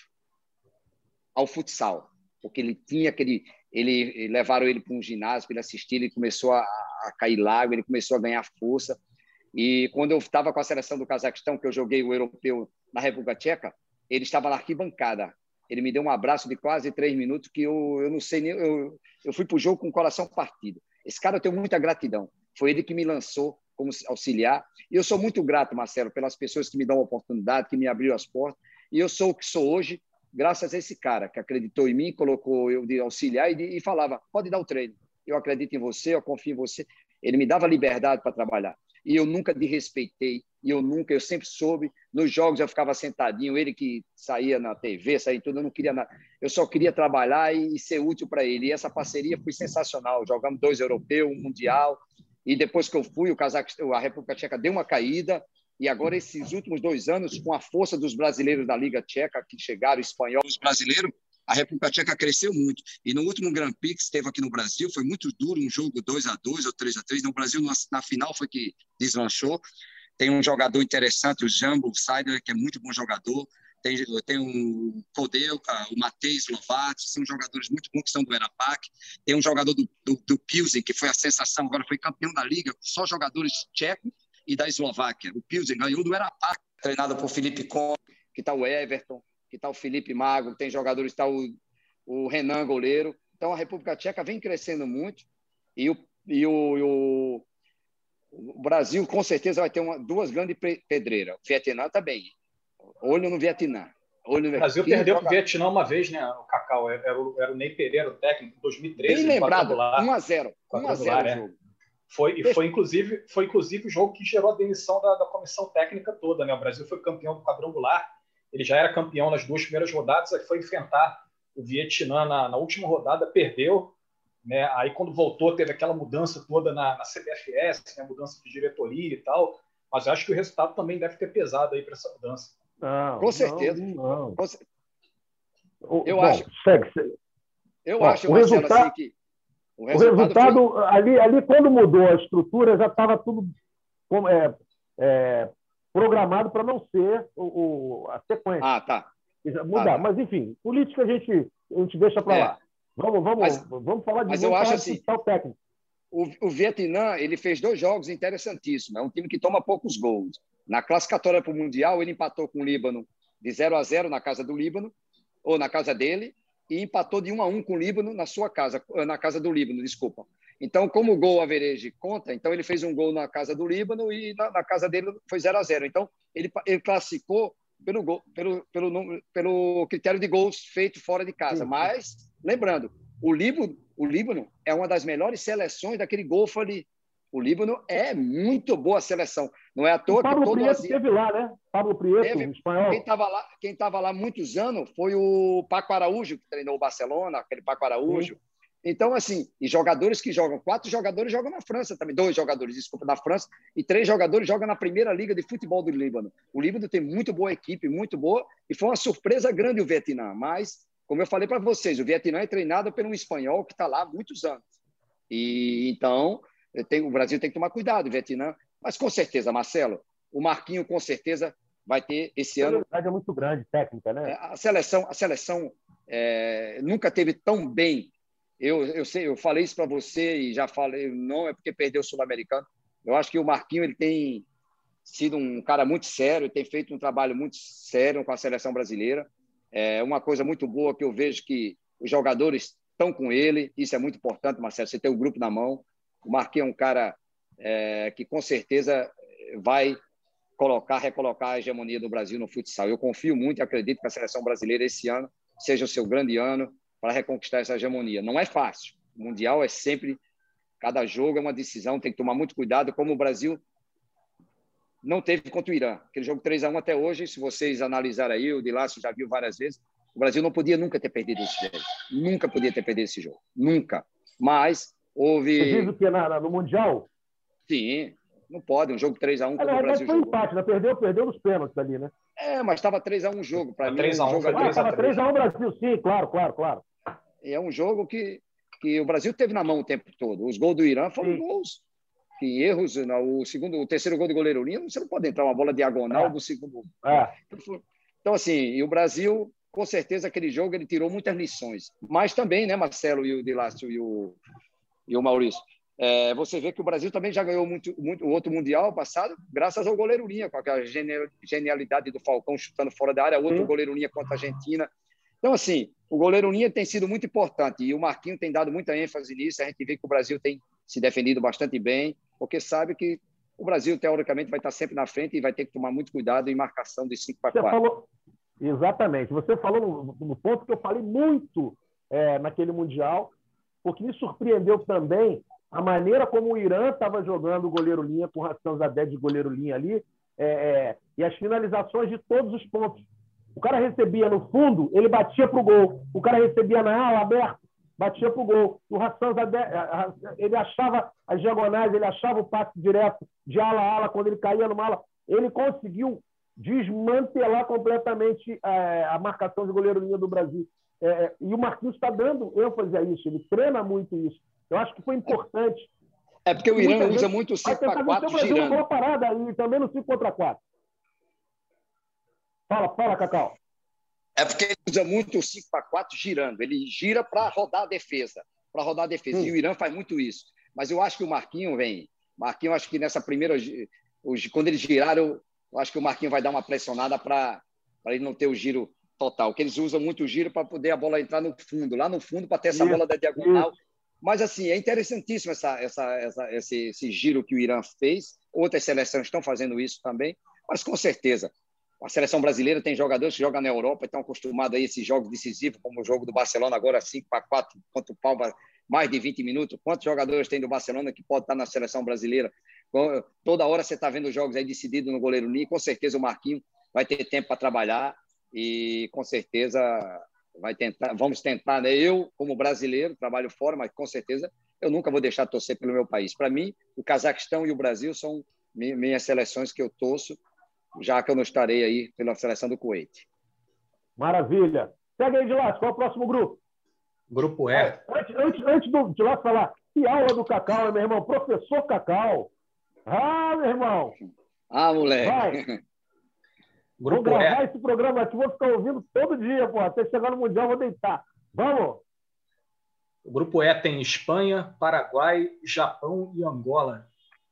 ao futsal, porque ele tinha aquele... Ele, levaram ele para um ginásio para ele assistir, ele começou a, a cair lágua, ele começou a ganhar força. E quando eu estava com a seleção do Cazaquistão, que eu joguei o europeu na República Tcheca, ele estava na arquibancada. Ele me deu um abraço de quase três minutos que eu, eu não sei nem... Eu, eu fui para o jogo com o coração partido. Esse cara eu tenho muita gratidão. Foi ele que me lançou como auxiliar. E eu sou muito grato, Marcelo, pelas pessoas que me dão a oportunidade, que me abriram as portas. E eu sou o que sou hoje, graças a esse cara que acreditou em mim, colocou eu de auxiliar e, de, e falava, pode dar o treino. Eu acredito em você, eu confio em você. Ele me dava liberdade para trabalhar. E eu nunca desrespeitei. E eu nunca, eu sempre soube. Nos jogos eu ficava sentadinho, ele que saía na T V, saía em tudo, eu não queria nada. Eu só queria trabalhar e, e ser útil para ele. E essa parceria foi sensacional. Jogamos dois europeus, um mundial. E depois que eu fui, o Cazaquistão, a República Tcheca deu uma caída. E agora, esses últimos dois anos, com a força dos brasileiros da Liga Tcheca, que chegaram, espanhóis brasileiros, a República Tcheca cresceu muito. E no último Grand Prix que esteve aqui no Brasil, foi muito duro, um jogo dois a dois ou três a três. No Brasil, na final, foi que deslanchou. Tem um jogador interessante, o Jambo Seidler, que é muito bom jogador. Tem, tem o Kodeuka, o Matej Slovac, são jogadores muito bons que são do Erapac. Tem um jogador do, do, do Pilsen, que foi a sensação, agora foi campeão da Liga, só jogadores tchecos e da Eslováquia. O Pilsen ganhou do Erapac, treinado por Felipe Kohn, que está o Everton, que está o Felipe Magro, tem jogadores, está o, o Renan, goleiro. Então, a República Tcheca vem crescendo muito e o, e o, e o, o Brasil, com certeza, vai ter uma, duas grandes pedreiras. O Vietnã também. Olho no Vietnã. Olho no... O Brasil perdeu para o Vietnã uma vez, né? O Cacau era o, era o Ney Pereira, o técnico, em dois mil e treze. Bem lembrado, um a zero. um a zero o jogo. Foi, e foi inclusive, foi, inclusive, o jogo que gerou a demissão da, da comissão técnica toda, né? O Brasil foi campeão do quadrangular. Ele já era campeão nas duas primeiras rodadas, aí foi enfrentar o Vietnã na, na última rodada, perdeu, né? Aí quando voltou teve aquela mudança toda na, na C B F S, né? Mudança de diretoria e tal, mas eu acho que o resultado também deve ter pesado aí para essa mudança. Não, com certeza. Não, não. Eu Bom, acho. Segue, segue. Eu Bom, acho, o Marcelo, resultado, assim, que o o resultado, resultado foi... ali, ali, quando mudou a estrutura, já estava tudo é, é, programado para não ser o, o, a sequência. Ah, tá. Mudar. Ah, tá. Mas, enfim, política a gente, a gente deixa para é. lá. Vamos, vamos, mas, vamos falar de, mas vamos eu falar acho de assim, técnico. O, o Vietnã, ele fez dois jogos interessantíssimos. É um time que toma poucos gols. Na classificatória para o Mundial, ele empatou com o Líbano de zero a zero na casa do Líbano, ou na casa dele, e empatou de um a um com o Líbano na sua casa, na casa do Líbano, desculpa. Então, como o gol average conta, então ele fez um gol na casa do Líbano e na, na casa dele foi zero a zero. Então, ele, ele classificou pelo, gol, pelo, pelo, pelo critério de gols feito fora de casa. Sim. Mas, lembrando, o Líbano, o Líbano é uma das melhores seleções daquele Golfo ali. O Líbano é muito boa seleção. Não é à toa o Pablo que todo Prieto Asia... esteve lá, né? Pablo Prieto, teve... espanhol. Quem estava lá, quem estava lá muitos anos foi o Paco Araújo, que treinou o Barcelona, aquele Paco Araújo. Sim. Então, assim, e jogadores que jogam, quatro jogadores jogam na França também, dois jogadores, desculpa, na França, e três jogadores jogam na primeira liga de futebol do Líbano. O Líbano tem muito boa equipe, muito boa, e foi uma surpresa grande o Vietnã, mas, como eu falei para vocês, o Vietnã é treinado por um espanhol que está lá há muitos anos. E então, tem, o Brasil tem que tomar cuidado, o Vietnã, mas com certeza, Marcelo, o Marquinho com certeza vai ter esse ano... A é muito grande, técnica, né? A seleção, a seleção é, nunca teve tão bem. Eu, eu, sei, eu falei isso para você e já falei, não é porque perdeu o Sul-Americano. Eu acho que o Marquinho ele tem sido um cara muito sério, tem feito um trabalho muito sério com a seleção brasileira. É uma coisa muito boa que eu vejo que os jogadores estão com ele, isso é muito importante, Marcelo, você tem o grupo na mão. O Marquinho é um cara é, que com certeza vai colocar, recolocar a hegemonia do Brasil no futsal. Eu confio muito e acredito que a seleção brasileira esse ano seja o seu grande ano para reconquistar essa hegemonia. Não é fácil. O Mundial é sempre... Cada jogo é uma decisão, tem que tomar muito cuidado, como o Brasil não teve contra o Irã. Aquele jogo três a um até hoje, se vocês analisarem aí, o Dilácio já viu várias vezes, o Brasil não podia nunca ter perdido esse jogo. Nunca podia ter perdido esse jogo. Nunca. Mas houve... Você diz o que na, no Mundial? Sim, não pode. Um jogo três a um é, quando o Brasil foi jogou. empate, né? Perdeu, perdeu nos pênaltis ali, né? É, mas estava três a um o jogo. Para mim, três a um, um jogo foi Ah, estava três a um Brasil, sim, claro, claro, claro. É um jogo que, que o Brasil teve na mão o tempo todo. Os gols do Irã foram sim. gols que erros. O, segundo, o terceiro gol do goleiro Lima, você não pode entrar uma bola diagonal é. do segundo. É. Então, assim, e o Brasil, com certeza, aquele jogo ele tirou muitas lições. Mas também, né, Marcelo e o Dilácio e o, e o Maurício, é, você vê que o Brasil também já ganhou muito, muito o outro Mundial passado, graças ao goleiro Linha, com aquela genialidade do Falcão chutando fora da área, outro Sim. goleiro Linha contra a Argentina. Então, assim, o goleiro Linha tem sido muito importante e o Marquinho tem dado muita ênfase nisso. A gente vê que o Brasil tem se defendido bastante bem, porque sabe que o Brasil, teoricamente, vai estar sempre na frente e vai ter que tomar muito cuidado em marcação de cinco para quatro. Falou... Exatamente. Você falou no, no ponto que eu falei muito é, naquele Mundial, porque me surpreendeu também a maneira como o Irã estava jogando o goleiro Linha com o Hassan Zadeh de goleiro Linha ali é, é, e as finalizações de todos os pontos. O cara recebia no fundo, ele batia para o gol. O cara recebia na ala aberta, batia para o gol. O Hassan Zadeh, ele achava as diagonais, ele achava o passe direto de ala a ala quando ele caía numa ala. Ele conseguiu desmantelar completamente é, a marcação de goleiro Linha do Brasil. É, e o Marquinhos está dando ênfase a isso, ele treina muito isso. Eu acho que foi importante. É porque o Irã usa muito o cinco para quatro girando. Uma parada e também no cinco contra quatro. Fala, fala, Cacau. É porque ele usa muito o cinco para quatro girando. Ele gira para rodar a defesa. Para rodar a defesa. Sim. E o Irã faz muito isso. Mas eu acho que o Marquinho vem. Marquinho, acho que nessa primeira... Quando eles giraram, eu acho que o Marquinho vai dar uma pressionada para ele não ter o giro total. Que eles usam muito o giro para poder a bola entrar no fundo. Lá no fundo, para ter essa isso, bola da diagonal. Isso. Mas, assim, é interessantíssimo essa, essa, essa, esse, esse giro que o Irã fez. Outras seleções estão fazendo isso também. Mas, com certeza, a seleção brasileira tem jogadores que jogam na Europa e estão acostumados a esses jogos decisivos, como o jogo do Barcelona, agora cinco para quatro, contra o Palma, mais de vinte minutos. Quantos jogadores tem do Barcelona que pode estar na seleção brasileira? Toda hora você está vendo jogos aí decididos no goleiro Ninho. Com certeza o Marquinho vai ter tempo para trabalhar e, com certeza... vai tentar, vamos tentar, né? Eu, como brasileiro, trabalho fora, mas com certeza eu nunca vou deixar de torcer pelo meu país. Para mim, o Cazaquistão e o Brasil são minhas seleções que eu torço, já que eu não estarei aí pela seleção do Kuwait. Maravilha. Segue aí, Dilácio, qual é o próximo grupo? Grupo E. É, antes, antes, antes do Dilácio falar, que aula do Cacau, meu irmão? Professor Cacau. Ah, meu irmão. Ah, moleque. Vai. Grupo vou gravar E. esse programa aqui, vou ficar ouvindo todo dia, pô. Até chegar no Mundial, vou deitar. Vamos! O grupo E tem Espanha, Paraguai, Japão e Angola.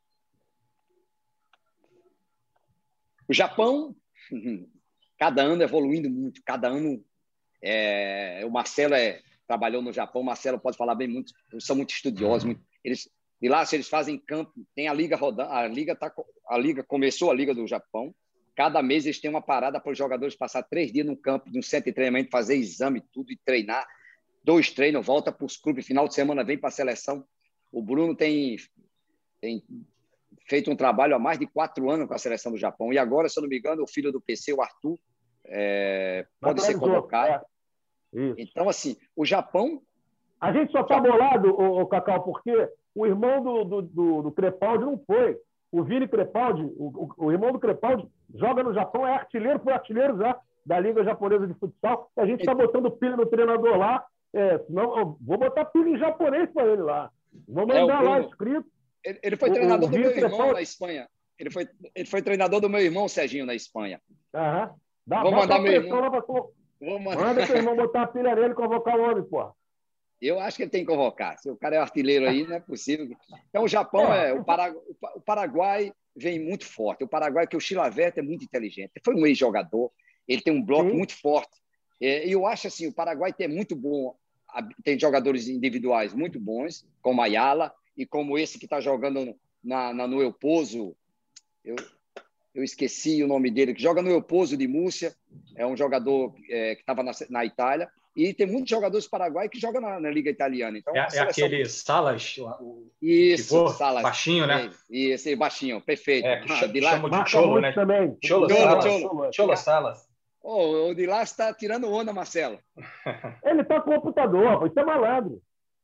O Japão, cada ano evoluindo muito, cada ano... É, o Marcelo é, trabalhou no Japão, o Marcelo pode falar bem muito, eles são muito estudiosos. Muito, eles, e lá, se eles fazem campo, tem a Liga rodando, a Liga, tá, a Liga começou a Liga do Japão. Cada mês eles têm uma parada para os jogadores passar três dias no campo, de um centro de treinamento, fazer exame, tudo e treinar. Dois treinos, volta para os clubes, final de semana vem para a seleção. O Bruno tem, tem feito um trabalho há mais de quatro anos com a seleção do Japão. E agora, se eu não me engano, o filho do P C, o Arthur, é, pode ser convocado. É. Então, assim, o Japão A gente só está bolado, ô, ô, Cacau, porque o irmão do, do, do, do Crepaldi não foi. O Vini Crepaldi, o, o, o irmão do Crepaldi, joga no Japão, é artilheiro, foi artilheiro já da Liga Japonesa de Futsal. E a gente está botando pilha no treinador lá. É, senão, eu vou botar pilha em japonês para ele lá. Vou mandar é, lá escrito. Ele, ele foi treinador o, o do meu irmão Crepaldi... na Espanha. Ele foi, ele foi treinador do meu irmão, Serginho, na Espanha. Aham. Dá, Vou mandar meu irmão. Lá pra... Vou mandar. Manda seu irmão botar a pilha nele e convocar o homem, pô. Eu acho que ele tem que convocar. Se o cara é artilheiro aí, não é possível. Então, o Japão, é, o, Paraguai, o Paraguai vem muito forte. O Paraguai, que o Chilavert é muito inteligente. Ele foi um ex-jogador, ele tem um bloco Sim. muito forte. E eu acho assim, o Paraguai tem muito bom, tem jogadores individuais muito bons, como a Ayala, e como esse que está jogando na, na, no Eupozo, eu, eu esqueci o nome dele, que joga no Eupozo de Múrcia, é um jogador é, que estava na, na Itália. E tem muitos jogadores paraguaios que jogam na, na Liga Italiana. Então, é, é aquele Salas, o Isso, pivô, Salas. Baixinho, né? Isso, esse baixinho, perfeito. É, que ah, de lá, chama de Cholo, né? Também. Cholo, Cholo, Salas. Cholo. Cholo Salas. Oh, o de lá está tirando onda, Marcelo. Ele está com computador, isso é malandro.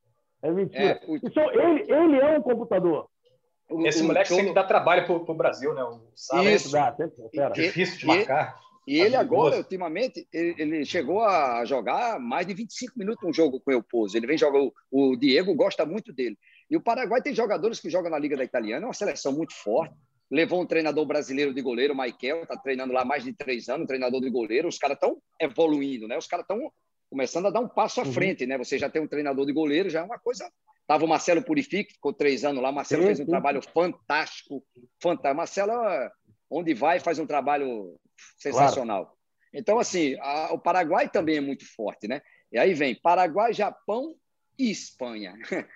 É mentira. É, o... isso, ele, ele é um computador. Esse o, moleque Cholo... sempre dá trabalho para o Brasil, né? O Salas. Isso, dá, sempre. É difícil de marcar. E ele agora, ultimamente, ele, ele chegou a jogar mais de vinte e cinco minutos um jogo com o Eupozo. Ele vem jogar, o, o Diego gosta muito dele. E o Paraguai tem jogadores que jogam na Liga da Italiana, é uma seleção muito forte. Levou um treinador brasileiro de goleiro, o Michael, está treinando lá há mais de três anos, um treinador de goleiro. Os caras estão evoluindo, né? Os caras estão começando a dar um passo à uhum. frente, né? Você já tem um treinador de goleiro, já é uma coisa... Estava o Marcelo Purifique, ficou três anos lá. Marcelo sim, fez um sim. trabalho fantástico. fantástico. Marcelo, onde vai, faz um trabalho... sensacional. Claro. Então, assim, a, o Paraguai também é muito forte, né? E aí vem Paraguai, Japão e Espanha.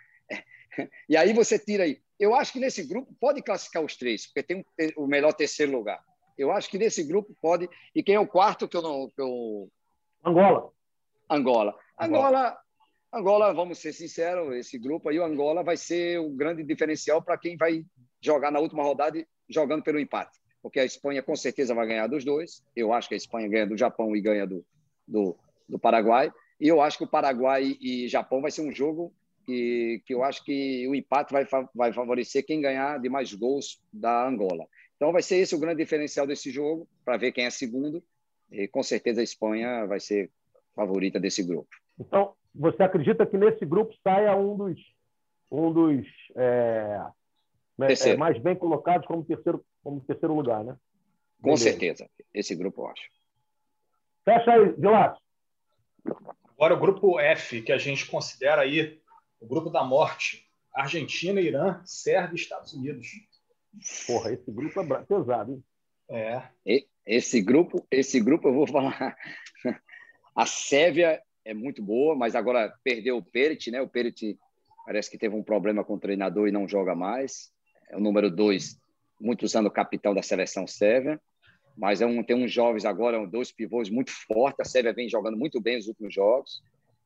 E aí você tira aí. Eu acho que nesse grupo pode classificar os três, porque tem um, o melhor terceiro lugar. Eu acho que nesse grupo pode... E quem é o quarto que eu não... Que eu... Angola. Angola. Angola. Angola, vamos ser sinceros, esse grupo aí, o Angola vai ser o grande diferencial para quem vai jogar na última rodada jogando pelo empate. Porque a Espanha com certeza vai ganhar dos dois. Eu acho que a Espanha ganha do Japão e ganha do, do, do Paraguai. E eu acho que o Paraguai e Japão vai ser um jogo que, que eu acho que o empate vai, vai favorecer quem ganhar de mais gols da Angola. Então vai ser esse o grande diferencial desse jogo, para ver quem é segundo. E com certeza a Espanha vai ser favorita desse grupo. Então, você acredita que nesse grupo saia um dos, um dos é, é, mais bem colocados como terceiro como terceiro lugar, né? Com Beleza. certeza. Esse grupo, eu acho. Fecha aí, Vilato. Agora o grupo F, que a gente considera aí o grupo da morte. Argentina, Irã, Sérvia e Estados Unidos. Porra, esse grupo é pesado, hein? É. Esse grupo, esse grupo, eu vou falar... A Sérvia é muito boa, mas agora perdeu o Peric, né? O Peric parece que teve um problema com o treinador e não joga mais. É o número dois, muitos anos capitão da seleção sérvia, mas é um, tem uns jovens agora, dois pivôs muito fortes. A Sérvia vem jogando muito bem os últimos jogos.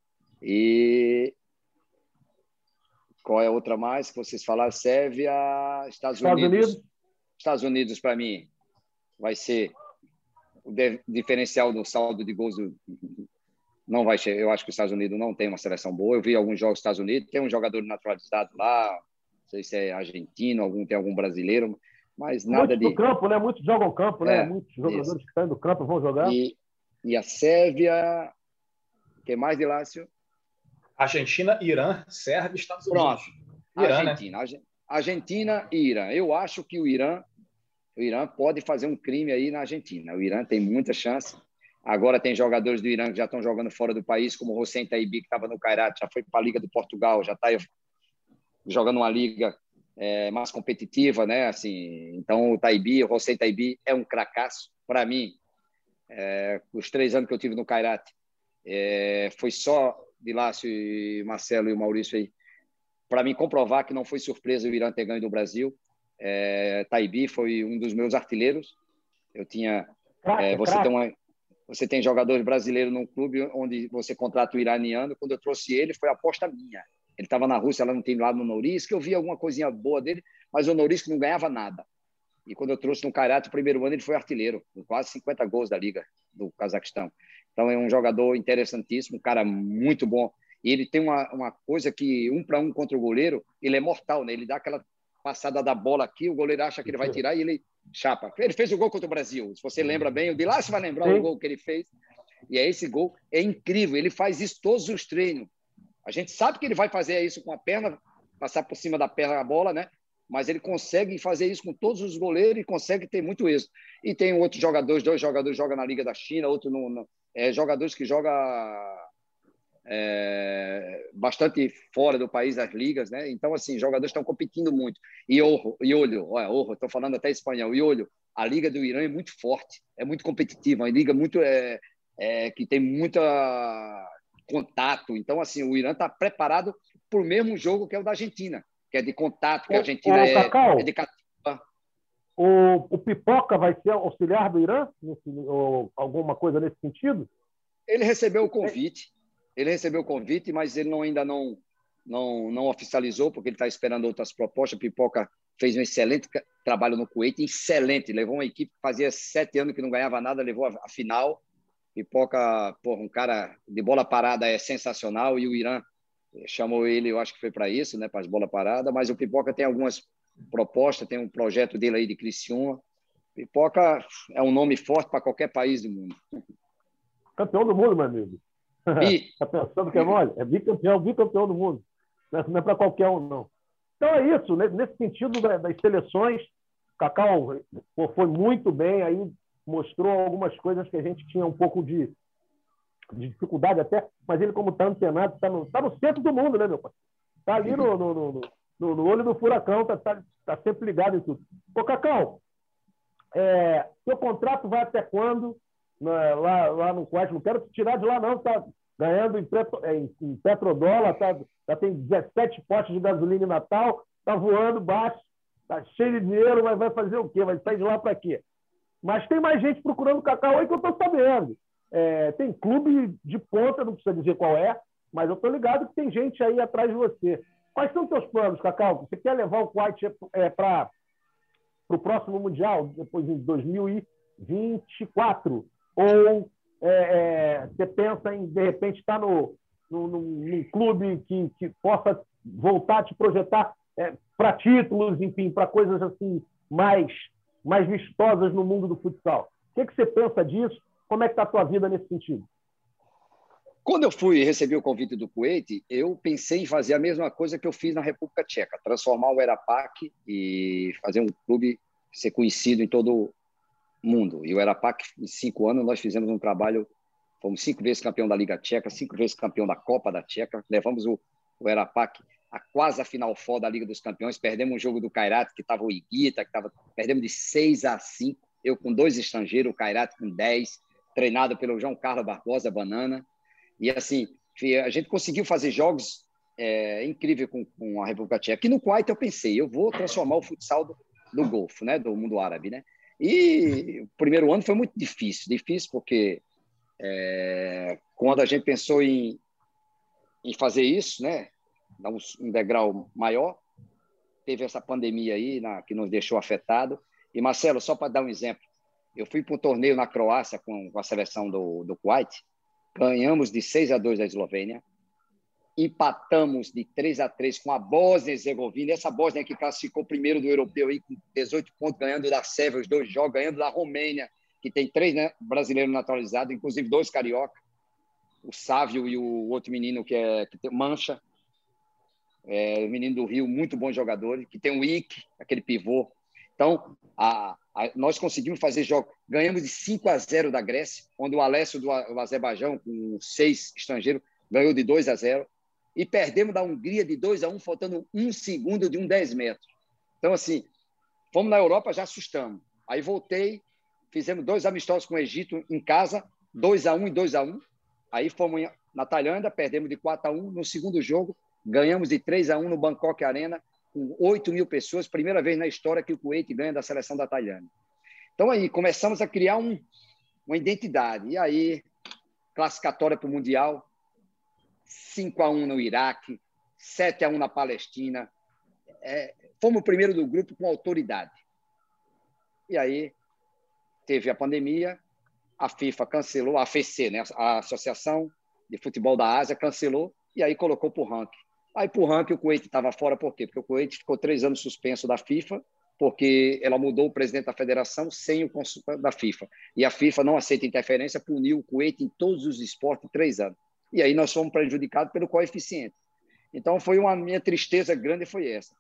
E qual é a outra mais que vocês falaram? Sérvia, Estados, Estados Unidos. Unidos. Estados Unidos, para mim, vai ser o diferencial do saldo de gols. Não vai ser. Eu acho que os Estados Unidos não tem uma seleção boa. Eu vi alguns jogos dos Estados Unidos, tem um jogador naturalizado lá, não sei se é argentino, algum, tem algum brasileiro, mas nada Muitos de... do campo, né? Muitos jogam campo, né? É, Muitos jogadores isso. que saem do campo vão jogar. E, e a Sérvia... O que mais de Lácio? Argentina, Irã, Sérvia e Estados Unidos. Pronto. Irã, Argentina. Né? Argentina e Irã. Eu acho que o Irã, o Irã pode fazer um crime aí na Argentina. O Irã tem muita chance. Agora tem jogadores do Irã que já estão jogando fora do país, como o Hossein Taibi, que estava no Kairat, já foi para a Liga do Portugal, já está jogando uma liga é, mais competitiva, né? Assim, então o Taibi, o Hossein Taibi é um cracaço. Para mim, é, os três anos que eu tive no Kairat, é, foi só de Lácio e Marcelo e o Maurício aí, para mim comprovar que não foi surpresa o Irã ter ganho do Brasil. É, Taibi foi um dos meus artilheiros. Eu tinha... É, você tem uma... Você tem jogadores brasileiros num clube onde você contrata o iraniano. Quando eu trouxe ele, foi aposta minha. Ele estava na Rússia, lá não tem lá no Nourisk, eu vi alguma coisinha boa dele, mas o Nourisk não ganhava nada. E quando eu trouxe no Kairat, o primeiro ano, ele foi artilheiro, com quase cinquenta gols da Liga do Cazaquistão. Então, é um jogador interessantíssimo, um cara muito bom. E ele tem uma, uma coisa que, um para um contra o goleiro, ele é mortal, né? Ele dá aquela passada da bola aqui, o goleiro acha que ele vai tirar e ele chapa. Ele fez o gol contra o Brasil. Se você lembra bem, o de lá você vai lembrar Sim. o gol que ele fez. E é esse gol, é incrível. Ele faz isso todos os treinos. A gente sabe que ele vai fazer isso com a perna, passar por cima da perna a bola, né? Mas ele consegue fazer isso com todos os goleiros e consegue ter muito êxito. E tem outros jogadores, dois jogadores jogam na Liga da China, outro no, no, é, jogadores que jogam é, bastante fora do país, das ligas, né? Então, assim, jogadores estão competindo muito. E olho, e olho, olha, olho, estou falando até espanhol, e olho, a Liga do Irã é muito forte, é muito competitiva, uma liga muito, é, é, que tem muito contato. Então, assim, o Irã está preparado para o mesmo jogo que é o da Argentina, que é de contato, que a Argentina o, o é, Cacau, é de catimba. O, o Pipoca vai ser auxiliar do Irã? Nesse, ou alguma coisa nesse sentido? Ele recebeu o convite, ele recebeu o convite, mas ele não, ainda não, não, não oficializou, porque ele está esperando outras propostas. O Pipoca fez um excelente trabalho no Kuwait, excelente. Levou uma equipe que fazia sete anos que não ganhava nada, levou a, a final. Pipoca, porra, um cara de bola parada é sensacional, e o Irã chamou ele, eu acho que foi para isso, né, para as bolas paradas, mas o Pipoca tem algumas propostas, tem um projeto dele aí de Criciúma. Pipoca é um nome forte para qualquer país do mundo. Campeão do mundo, meu amigo. Está pensando que é mole? É bicampeão, bicampeão do mundo. Não é para qualquer um, não. Então é isso, nesse sentido das seleções, o Cacau foi muito bem, aí mostrou algumas coisas que a gente tinha um pouco de de dificuldade até, mas ele, como está antenado, está no, tá no centro do mundo, né, meu pai? Está ali no, no, no, no, no olho do furacão, está tá, tá sempre ligado em tudo. Ô, Cacau, é, seu contrato vai até quando? Né, lá, lá no Kuwait? Não quero te tirar de lá, não. Está ganhando em, petro, em, em petrodólar, tá, já tem dezessete postos de gasolina em Natal, está voando baixo, está cheio de dinheiro, mas vai fazer o quê? Vai sair de lá para quê? Mas tem mais gente procurando o Cacau aí que eu estou sabendo. É, tem clube de ponta, não precisa dizer qual é, mas eu estou ligado que tem gente aí atrás de você. Quais são os teus planos, Cacau? Você quer levar o Kuwait é, para o próximo Mundial, depois em dois mil e vinte e quatro? Ou é, é, você pensa em, de repente, estar no, no, num, num clube que, que possa voltar a te projetar é, para títulos, enfim, para coisas assim mais, mais vistosas no mundo do futsal? O que, que você pensa disso? Como é que está a tua vida nesse sentido? Quando eu fui receber o convite do Kuwait, eu pensei em fazer a mesma coisa que eu fiz na República Tcheca, transformar o Erapac e fazer um clube ser conhecido em todo o mundo. E o Erapac, em cinco anos, nós fizemos um trabalho, fomos cinco vezes campeão da Liga Tcheca, cinco vezes campeão da Copa da Tcheca, levamos o, o Erapac a quase a final fora da Liga dos Campeões, perdemos um jogo do Kairat, que estava o Iguita, que tava, perdemos de seis a cinco, eu com dois estrangeiros, o Kairat com dez, treinado pelo João Carlos Barbosa Banana. E, assim, a gente conseguiu fazer jogos é, incríveis com, com a República Tcheca. E no Kuwait eu pensei, eu vou transformar o futsal do, do Golfo, né, do mundo árabe, né? E o primeiro ano foi muito difícil, difícil porque é, quando a gente pensou em, em fazer isso, né, dar um, um degrau maior, teve essa pandemia aí na, que nos deixou afetado. E, Marcelo, só para dar um exemplo, eu fui para um torneio na Croácia com, com a seleção do, do Kuwait, ganhamos de seis a dois da Eslovênia, empatamos de três a três com a Bósnia e Herzegovina, essa Bósnia que classificou primeiro do europeu aí, com dezoito pontos, ganhando da Sérvia os dois jogos, ganhando da Romênia, que tem três, né, brasileiros naturalizados, inclusive dois carioca, o Sávio e o outro menino que é que tem Mancha, é, o menino do Rio, muito bom jogador, que tem o Ick, aquele pivô. Então, a, a, nós conseguimos fazer jogos. Ganhamos de cinco a zero da Grécia, onde o Alessio do Azerbaijão, com seis estrangeiros, ganhou de dois a zero. E perdemos da Hungria de dois a um, faltando um segundo de um dez metros. Então, assim, fomos na Europa, já assustamos. Aí voltei, fizemos dois amistosos com o Egito em casa, dois a um e dois a um. Aí fomos na Tailândia, perdemos de quatro a um. No segundo jogo, ganhamos de três a um no Bangkok Arena, com oito mil pessoas, primeira vez na história que o Kuwait ganha da seleção da Tailândia. Então, aí, começamos a criar um, uma identidade. E aí, classificatória para o Mundial, cinco a um no Iraque, sete a um na Palestina. É, fomos o primeiro do grupo com autoridade. E aí, teve a pandemia, a FIFA cancelou, a A F C, né, a Associação de Futebol da Ásia, cancelou, E aí colocou para o ranking. Aí, para o ranking, o Kuwait estava fora. Por quê? Porque o Kuwait ficou três anos suspenso da FIFA, porque ela mudou o presidente da federação sem o consultor da FIFA. E a FIFA não aceita interferência, puniu o Kuwait em todos os esportes em três anos. E aí nós fomos prejudicados pelo coeficiente. Então, foi uma minha tristeza grande, foi essa.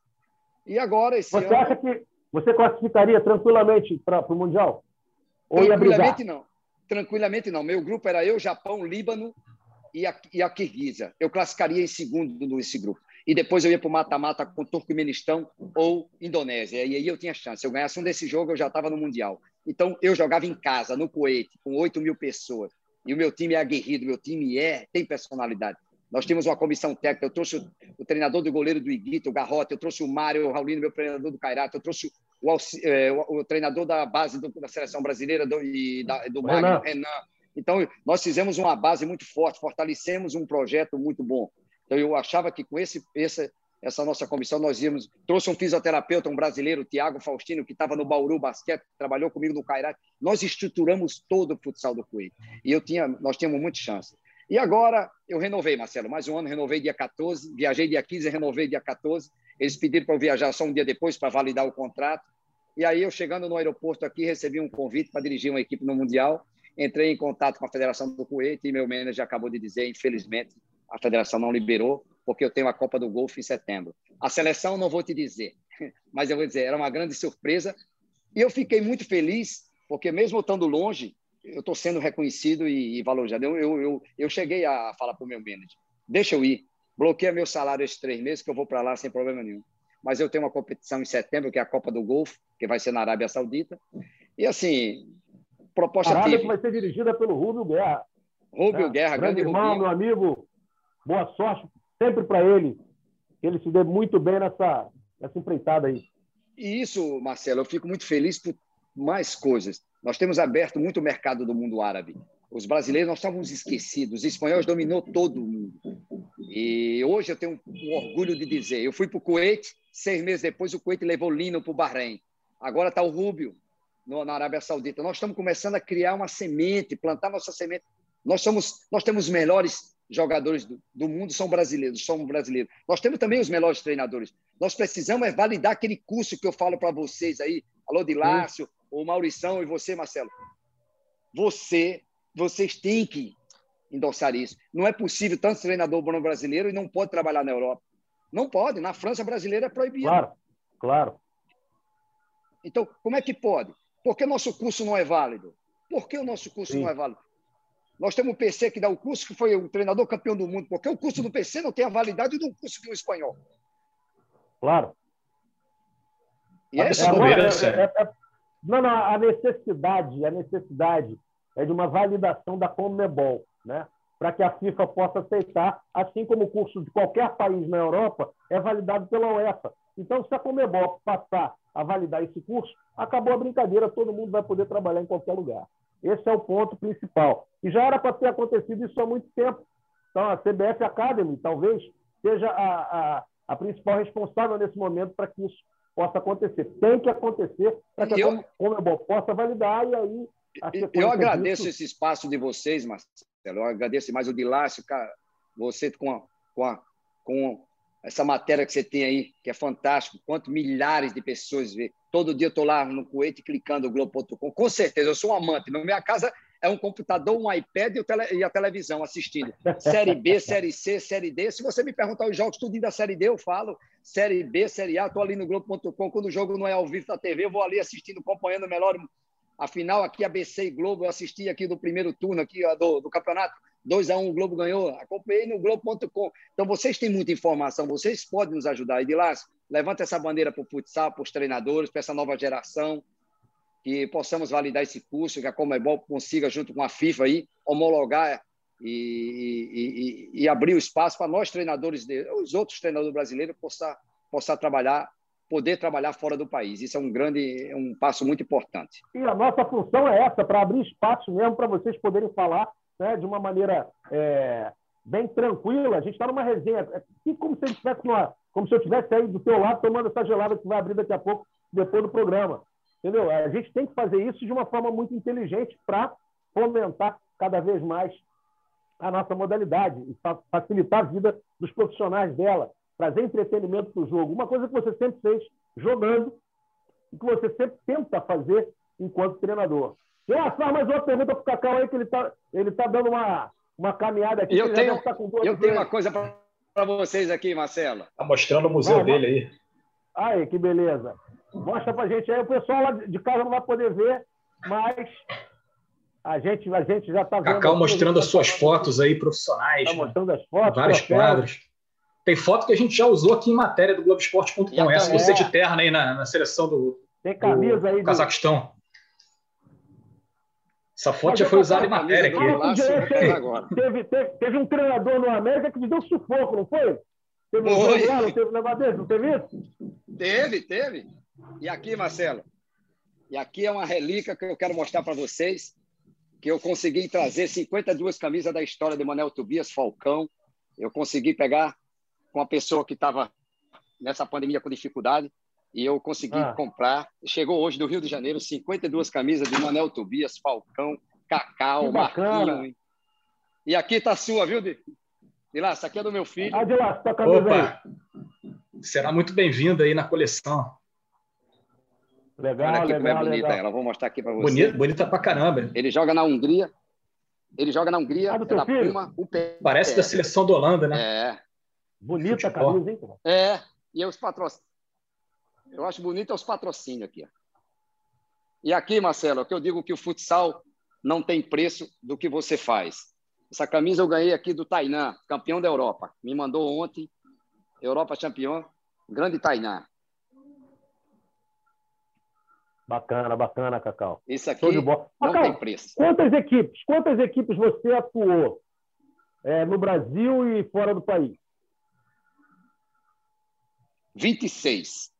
E agora, esse Você ano... acha que você classificaria tranquilamente para o Mundial? Ou ia brigar? Tranquilamente não. Tranquilamente não. Meu grupo era eu, Japão, Líbano e a, e a Quirguízia. Eu classificaria em segundo nesse grupo. E depois eu ia para o mata-mata com o Turcomenistão ou Indonésia. E aí eu tinha chance. Se eu ganhasse um desse jogo, eu já estava no Mundial. Então, eu jogava em casa, no Kuwait, com oito mil pessoas. E o meu time é aguerrido, meu time é, tem personalidade. Nós tínhamos uma comissão técnica, eu trouxe o, o treinador do goleiro do Iguita, o Garrota, eu trouxe o Mário, o Raulino, meu treinador do Cairato, eu trouxe o, é, o, o treinador da base do, da seleção brasileira do, e da, do Magno, Renan. Então, nós fizemos uma base muito forte, fortalecemos um projeto muito bom. Então, eu achava que com esse, essa, essa nossa comissão, nós íamos... Trouxe um fisioterapeuta, um brasileiro, o Thiago Faustino, que estava no Bauru Basquete, trabalhou comigo no Cairato. Nós estruturamos todo o futsal do Kuwait. E eu tinha, nós tínhamos muita chance. E agora, eu renovei, Marcelo, mais um ano, renovei dia quatorze, viajei dia quinze, renovei dia quatorze. Eles pediram para eu viajar só um dia depois para validar o contrato. E aí, eu chegando no aeroporto aqui, recebi um convite para dirigir uma equipe no Mundial. Entrei em contato com a Federação do Kuwait e meu manager acabou de dizer, infelizmente, a Federação não liberou, porque eu tenho a Copa do Golfo em setembro. A seleção não vou te dizer, mas eu vou dizer, era uma grande surpresa. E eu fiquei muito feliz, porque mesmo eu estando longe, eu estou sendo reconhecido e, e valorizado. Eu, eu, eu, eu cheguei a falar para o meu manager, deixa eu ir, bloqueia meu salário esses três meses que eu vou para lá sem problema nenhum. Mas eu tenho uma competição em setembro, que é a Copa do Golfo, que vai ser na Arábia Saudita. E assim, proposta Arábia tive. que vai ser dirigida pelo Rubio Guerra. Rubio né? Guerra, grande, grande irmão, Rubinho. meu amigo, boa sorte sempre para ele. Que ele se dê muito bem nessa, nessa empreitada aí. E isso, Marcelo, eu fico muito feliz por mais coisas. Nós temos aberto muito o mercado do mundo árabe. Os brasileiros, nós estávamos esquecidos. Os espanhóis dominou todo o mundo. E hoje eu tenho um orgulho de dizer, eu fui para o Kuwait, seis meses depois o Kuwait levou Lino para o Bahrein. Agora está o Rubio no, na Arábia Saudita. Nós estamos começando a criar uma semente, plantar nossa semente. Nós, somos, nós temos os melhores jogadores do, do mundo, são brasileiros, somos brasileiros. Nós temos também os melhores treinadores. Nós precisamos é validar aquele curso que eu falo para vocês aí. Alô, Dilácio, o Maurição e você, Marcelo. Você, vocês têm que endossar isso. Não é possível tanto treinador bom brasileiro e não pode trabalhar na Europa. Não pode. Na França, brasileiro é proibido. Claro, claro. Então, como é que pode? Por que o nosso curso não é válido? Por que o nosso curso Sim. não é válido? Nós temos o P C que dá o curso, que foi o treinador campeão do mundo. Por que o curso do P C não tem a validade do curso do espanhol? Claro. E é, Essa É, agora, conversa. é, é, é, não, não, a necessidade, a necessidade é de uma validação da Conmebol, né? Para que a FIFA possa aceitar, assim como o curso de qualquer país na Europa é validado pela UEFA. Então, se a Conmebol passar a validar esse curso, acabou a brincadeira, todo mundo vai poder trabalhar em qualquer lugar. Esse é o ponto principal. E já era para ter acontecido isso há muito tempo. Então, a C B F Academy, talvez, seja a, a, a principal responsável nesse momento para que isso possa acontecer. Tem que acontecer para que eu, a Conmebol possa validar e aí... Eu agradeço disso... esse espaço de vocês, Marcelo. Eu agradeço mais o Dilácio, cara, você com, a, com, a, com essa matéria que você tem aí, que é fantástico. Quanto milhares de pessoas vê. Todo dia eu estou lá no Kuwait clicando no Globo ponto com. Com certeza, eu sou um amante. Na minha casa é um computador, um iPad e, o tele, e a televisão assistindo. Série B, Série C, Série D. Se você me perguntar os jogos, tudo da Série D, eu falo. Série B, Série A, estou ali no Globo ponto com. Quando o jogo não é ao vivo na T V, eu vou ali assistindo, acompanhando o melhor... Afinal, aqui a B C e Globo, eu assisti aqui do primeiro turno aqui, do, do campeonato, dois a um o Globo ganhou, acompanhei no Globo ponto com. Então, vocês têm muita informação, vocês podem nos ajudar. Edilácio, levanta essa bandeira para o futsal, para os treinadores, para essa nova geração, que possamos validar esse curso, que a Conmebol consiga, junto com a FIFA, aí, homologar e, e, e, e abrir o espaço para nós, treinadores, de, os outros treinadores brasileiros, possam possa trabalhar poder trabalhar fora do país. Isso é um grande, um passo muito importante. E a nossa função é essa, para abrir espaço mesmo, para vocês poderem falar, né, de uma maneira é, bem tranquila. A gente está numa resenha, é como se eu estivesse numa, como se eu estivesse aí do teu lado tomando essa gelada que vai abrir daqui a pouco, depois do programa. Entendeu? A gente tem que fazer isso de uma forma muito inteligente para fomentar cada vez mais a nossa modalidade e facilitar a vida dos profissionais dela, trazer entretenimento para o jogo. Uma coisa que você sempre fez jogando e que você sempre tenta fazer enquanto treinador. E ah, faz mais uma pergunta para o Cacau aí, que ele está ele tá dando uma, uma caminhada aqui. Eu tenho, tá com eu tenho uma coisa para vocês aqui, Marcelo. Está mostrando o museu ah, dele aí. Aí, que beleza. Mostra para a gente aí. O pessoal lá de casa não vai poder ver, mas a gente, a gente já está vendo. Cacau aqui, mostrando as tá suas fotos aí profissionais. Está né? mostrando as fotos. Vários quadros. Tem foto que a gente já usou aqui em matéria do Globo Esporte ponto com. Essa você é. de terno aí na, na seleção do, Tem camisa do aí do Cazaquistão. Essa foto já foi usada em matéria aqui. Laço, teve, teve, teve um treinador no América que me deu sufoco, não foi? Teve um foi. Lá, não teve um negócio desse? Não teve isso? Teve, teve. E aqui, Marcelo, e aqui é uma relíquia que eu quero mostrar para vocês, que eu consegui trazer cinquenta e duas camisas da história de Manuel Tobias Falcão. Eu consegui pegar com uma pessoa que estava nessa pandemia com dificuldade, e eu consegui ah. comprar. Chegou hoje do Rio de Janeiro, cinquenta e duas camisas de Manuel Tobias, Falcão, Cacau, Marquinhos. E aqui está a sua, viu, de, de lá, essa aqui é do meu filho. Ah, de lá, tua camisa. Opa! Aí. Será muito bem-vinda aí na coleção. Legal, Olha aqui legal, como é bonita legal. ela. Vou mostrar aqui para você. Bonita, bonita pra caramba. Ele joga na Hungria. Ele joga na Hungria. Ah, do é teu da filho? Puma, o P... Parece da seleção da Holanda, né? É. Bonita a camisa, hein? Cara? É. E os patrocínios. Eu acho bonito é os patrocínios aqui. Ó. E aqui, Marcelo, que eu digo que o futsal não tem preço do que você faz. Essa camisa eu ganhei aqui do Tainan, campeão da Europa. Me mandou ontem, Europa campeão, grande Tainan. Bacana, bacana, Cacau. Isso aqui não Cacau, tem preço. Quantas equipes, quantas equipes você atuou é, no Brasil e fora do país? vinte e seis.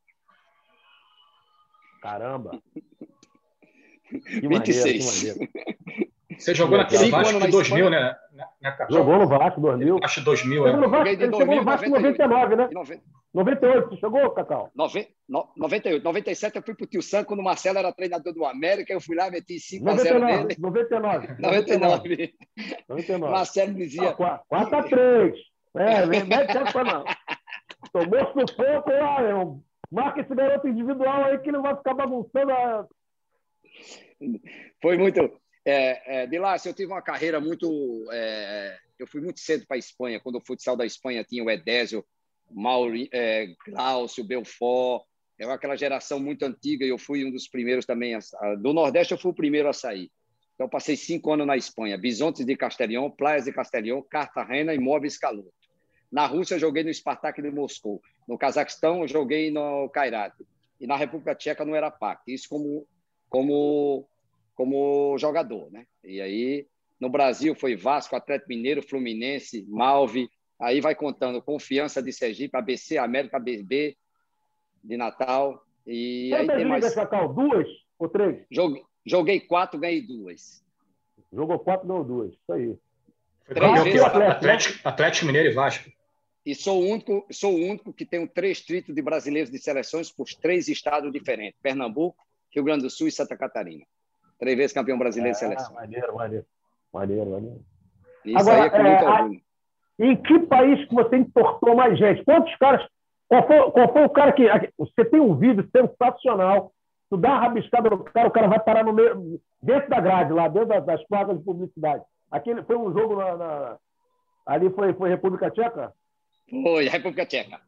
Caramba! Que vinte e seis. Maneiro, que maneiro. Você jogou naquele Vasco de dois mil, né? Na, na jogou no Vasco dois mil. Vasco dois mil, é. No Vasco, ele ele chegou no Vasco em noventa e nove, né? noventa e oito, você chegou, Cacau? noventa e oito. noventa e sete eu fui pro Tio Sam, quando o Marcelo era treinador do América, eu fui lá, meti cinco a zero nele. noventa e nove. noventa e nove. noventa e nove. Marcelo dizia... quatro a três. É, nem mete essa não. Tomou sufoco lá, irmão. Marca esse garoto individual aí que ele vai ficar bagunçando a... Foi muito... É, é, de lá, eu tive uma carreira muito... É, eu fui muito cedo para a Espanha, quando o futsal da Espanha tinha o Edésio, Mauri, é, Glaucio, Belfort, era aquela geração muito antiga, e eu fui um dos primeiros também. A, a, do Nordeste, eu fui o primeiro a sair. Então, eu passei cinco anos na Espanha. Bisontes de Castellón, Playas de Castellón, Cartagena e Móveis Caloto. Na Rússia, eu joguei no Spartak de Moscou. No Cazaquistão, eu joguei no Kairat. E na República Tcheca, no Erapac. Isso como, como, como jogador, né? E aí, no Brasil, foi Vasco, Atlético Mineiro, Fluminense, Malve. Aí vai contando Confiança de Sergipe, A B C, América B B de Natal. E Quantas aí tem mais... Cacau? Duas ou três? Joguei, joguei quatro, ganhei duas. Jogou quatro, ganhou duas. Isso aí. Foi três vezes Atlético, Atlético Mineiro e Vasco. E sou o único, sou o único que tem três títulos de brasileiros de seleções por três estados diferentes: Pernambuco, Rio Grande do Sul e Santa Catarina. Três vezes campeão brasileiro é, de seleção. Maneiro, maneiro. Maneiro, maneiro. Isso Agora, aí é com muito é, orgulho. Em que país que você entortou mais gente? Quantos caras... Qual foi, qual foi o cara que... Você tem um vídeo sensacional, tu dá uma rabiscada no cara, o cara vai parar no meio, dentro da grade, lá dentro das, das placas de publicidade. Aquele foi um jogo na... na ali foi, foi República Tcheca? Foi, República Tcheca.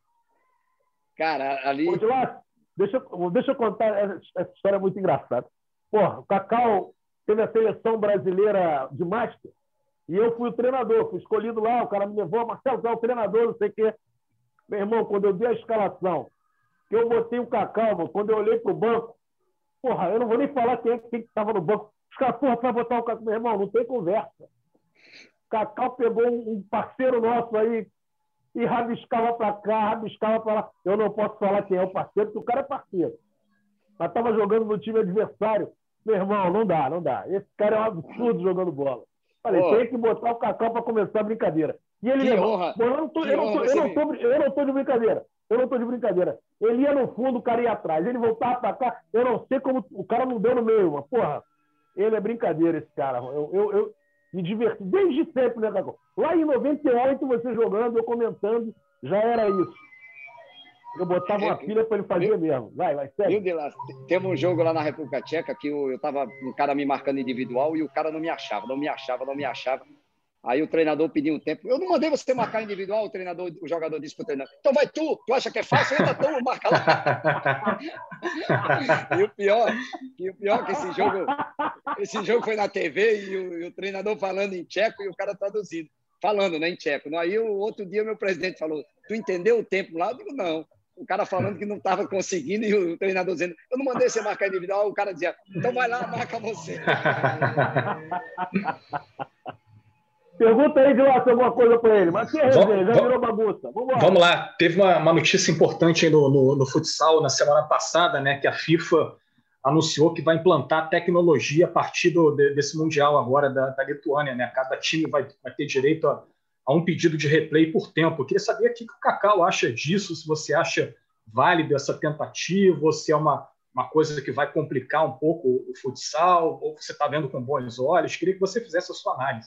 Cara, ali... Ô, lá, deixa, deixa eu contar, essa história é muito engraçada. Porra, o Cacau teve a seleção brasileira de Master e eu fui o treinador, fui escolhido lá, o cara me levou, Marcelo, é o treinador, não sei o quê. Meu irmão, quando eu dei a escalação, que eu botei o Cacau, mano, quando eu olhei pro banco, porra, eu não vou nem falar quem que estava no banco. Os caras, porra, vai botar o Cacau. Meu irmão, não tem conversa. O Cacau pegou um parceiro nosso aí e rabiscava para cá, rabiscava para lá. Eu não posso falar quem é o parceiro, porque o cara é parceiro. Mas estava jogando no time adversário. Meu irmão, não dá, não dá. Esse cara é um absurdo jogando bola. Falei, oh. tem que botar o Cacau para começar a brincadeira. E ele que levou. honra. Eu não tô, eu não tô, eu não tô, eu não tô de brincadeira. Eu não tô de brincadeira. Ele ia no fundo, o cara ia atrás. Ele voltava para cá. Eu não sei como o cara não deu no meio, mas, porra, ele é brincadeira, esse cara. Eu, eu, eu, me divertir. Desde sempre, né, Cacau? Lá em noventa e oito, você jogando, eu comentando, já era isso. Eu botava uma pilha para ele fazer viu, mesmo. Vai, vai, segue. Viu, Dilas? Teve um jogo lá na República Tcheca que eu, eu tava um cara me marcando individual e o cara não me achava, não me achava, não me achava. Aí o treinador pediu um tempo. Eu não mandei você marcar individual, o treinador, o jogador disse pro treinador. Então vai tu, tu acha que é fácil? Entra tu, marca lá. E o pior, e o pior é que esse jogo, esse jogo foi na T V e o, e o treinador falando em tcheco e o cara traduzindo. Falando, né, em tcheco. Aí o outro dia o meu presidente falou, tu entendeu o tempo lá? Eu digo, não. O cara falando que não estava conseguindo e o treinador dizendo, eu não mandei você marcar individual. O cara dizia, então vai lá, marca você. Pergunta aí, Dilas, alguma coisa para ele. Mas que resenha, já virou bagunça. Vamos, vamos lá. Teve uma, uma notícia importante aí no, no, no futsal na semana passada, né, que a FIFA anunciou que vai implantar tecnologia a partir do, desse Mundial agora da, da Lituânia. Né? Cada time vai, vai ter direito a, a um pedido de replay por tempo. Eu queria saber o que o Cacau acha disso, se você acha válido essa tentativa, ou se é uma, uma coisa que vai complicar um pouco o futsal, ou você está vendo com bons olhos. Queria que você fizesse a sua análise.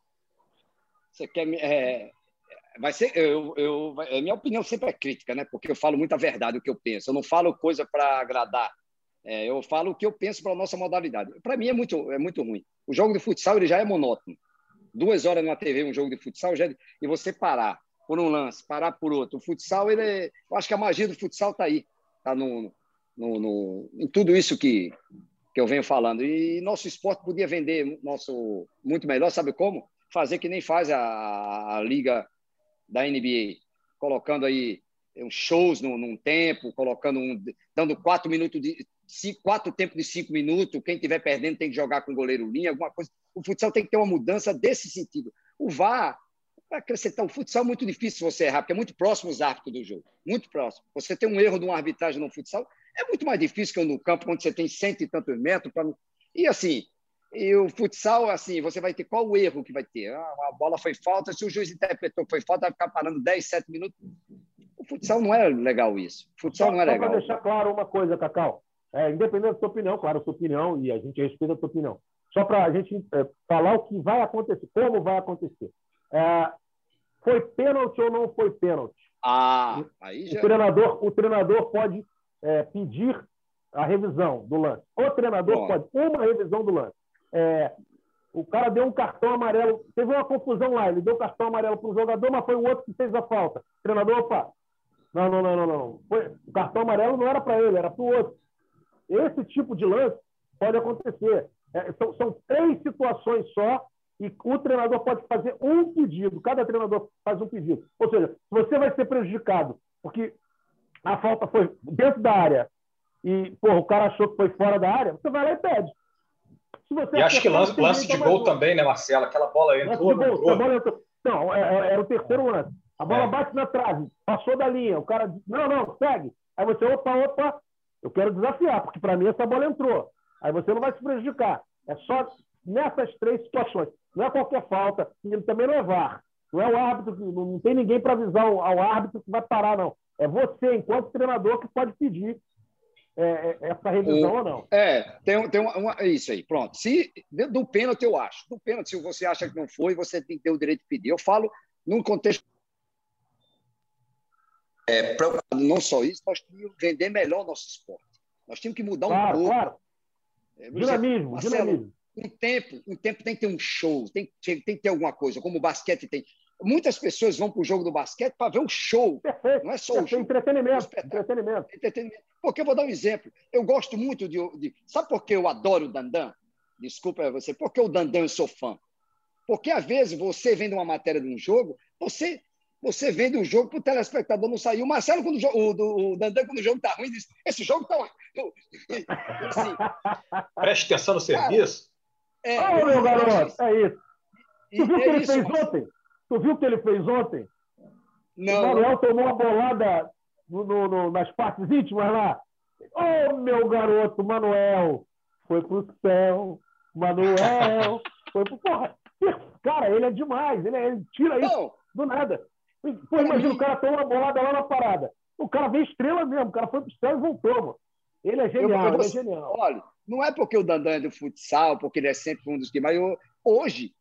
Você quer é, vai ser eu, eu a minha opinião sempre é crítica, né? Porque eu falo muita verdade o que eu penso. Eu não falo coisa para agradar. É, eu falo o que eu penso para a nossa modalidade. Para mim é muito é muito ruim. O jogo de futsal ele já é monótono. Duas horas na T V um jogo de futsal já é, e você parar por um lance, parar por outro. O futsal ele é, eu acho que a magia do futsal está aí, está no, no, no em tudo isso que que eu venho falando. E nosso esporte podia vender nosso muito melhor, sabe como? Fazer que nem faz a, a liga da N B A, colocando aí uns shows num, num tempo, colocando um, dando quatro minutos de cinco, quatro tempos de cinco minutos. Quem estiver perdendo tem que jogar com o goleiro linha, alguma coisa. O futsal tem que ter uma mudança desse sentido. O V A R vai acrescentar. O futsal é muito difícil você errar, porque é muito próximo os árbitros do jogo, muito próximo. Você tem um erro de uma arbitragem no futsal é muito mais difícil que no campo, onde você tem cento e tantos metros. Pra... E assim. E o futsal, assim, você vai ter qual o erro que vai ter? Ah, a bola foi falta, se o juiz interpretou que foi falta, vai ficar parando dez, sete minutos. O futsal não é legal isso. O futsal só, não é legal. Só para deixar claro uma coisa, Cacau. É, independente da sua opinião, claro, a sua opinião, e a gente respeita a sua opinião. Só para a gente é, falar o que vai acontecer, como vai acontecer. É, foi pênalti ou não foi pênalti? Ah, aí já... O treinador, o treinador pode é, pedir a revisão do lance. O treinador Bom. pode uma revisão do lance. É, o cara deu um cartão amarelo, teve uma confusão lá, ele deu cartão amarelo para o jogador, mas foi o outro que fez a falta. O treinador, opa, não, não, não, não, não. Foi, o cartão amarelo não era para ele, era para o outro. Esse tipo de lance pode acontecer. É, são, são três situações só e o treinador pode fazer um pedido, cada treinador faz um pedido. Ou seja, se você vai ser prejudicado porque a falta foi dentro da área e porra, o cara achou que foi fora da área, você vai lá e pede. E acho que lance, lance de gol também, né, Marcelo? Aquela bola entrou, não entrou. Bola entrou. Não, era o terceiro lance. A bola é. bate na trave, passou da linha. O cara diz, não, não, segue. Aí você, opa, opa, eu quero desafiar, porque para mim essa bola entrou. Aí você não vai se prejudicar. É só nessas três situações. Não é qualquer falta, e também não é V A R. Não é o árbitro, não tem ninguém para avisar ao árbitro que vai parar, não. É você, enquanto treinador, que pode pedir É, essa revisão o, ou não. É, tem, tem uma, uma, isso aí, pronto. Se, do pênalti, eu acho. Do pênalti, se você acha que não foi, você tem que ter o direito de pedir. Eu falo num contexto. É, pra, não só isso, nós tínhamos que vender melhor o nosso esporte. Nós tínhamos que mudar claro, um pouco. Claro. É, dinamismo, Marcelo, dinamismo. Um tempo, um tempo tem que ter um show, tem, tem, tem que ter alguma coisa, como o basquete tem. Muitas pessoas vão para o jogo do basquete para ver um show. Perfeito. Não é só o show. Entretenimento. É entretenimento. Entretenimento. Porque eu vou dar um exemplo. Eu gosto muito de, de... Sabe por que eu adoro o Dandan? Desculpa você. Por que o Dandan eu sou fã? Porque, às vezes, você vendo uma matéria de um jogo, você, você vende um jogo para o telespectador não sair. O Marcelo, quando o, o, o Dandan, quando o jogo está ruim, diz, esse jogo está... Assim, preste atenção no serviço. É, oh, meu garoto, é isso. Tu viu o que ele fez ontem? Tu viu o que ele fez ontem? Não. O Manuel tomou uma bolada no, no, no, nas partes íntimas lá. Ô, oh, meu garoto, Manuel, foi pro céu. Manuel, foi pro... Porra, cara, ele é demais. Ele, é, ele tira isso não. do nada. Pô, imagina, mim... o cara tomou uma bolada lá na parada. O cara veio estrela mesmo. O cara foi pro céu e voltou, mano. Ele é genial, eu, eu vou... ele é genial. Olha, não é porque o Dandan é do futsal, porque ele é sempre um dos que... Mas eu, hoje...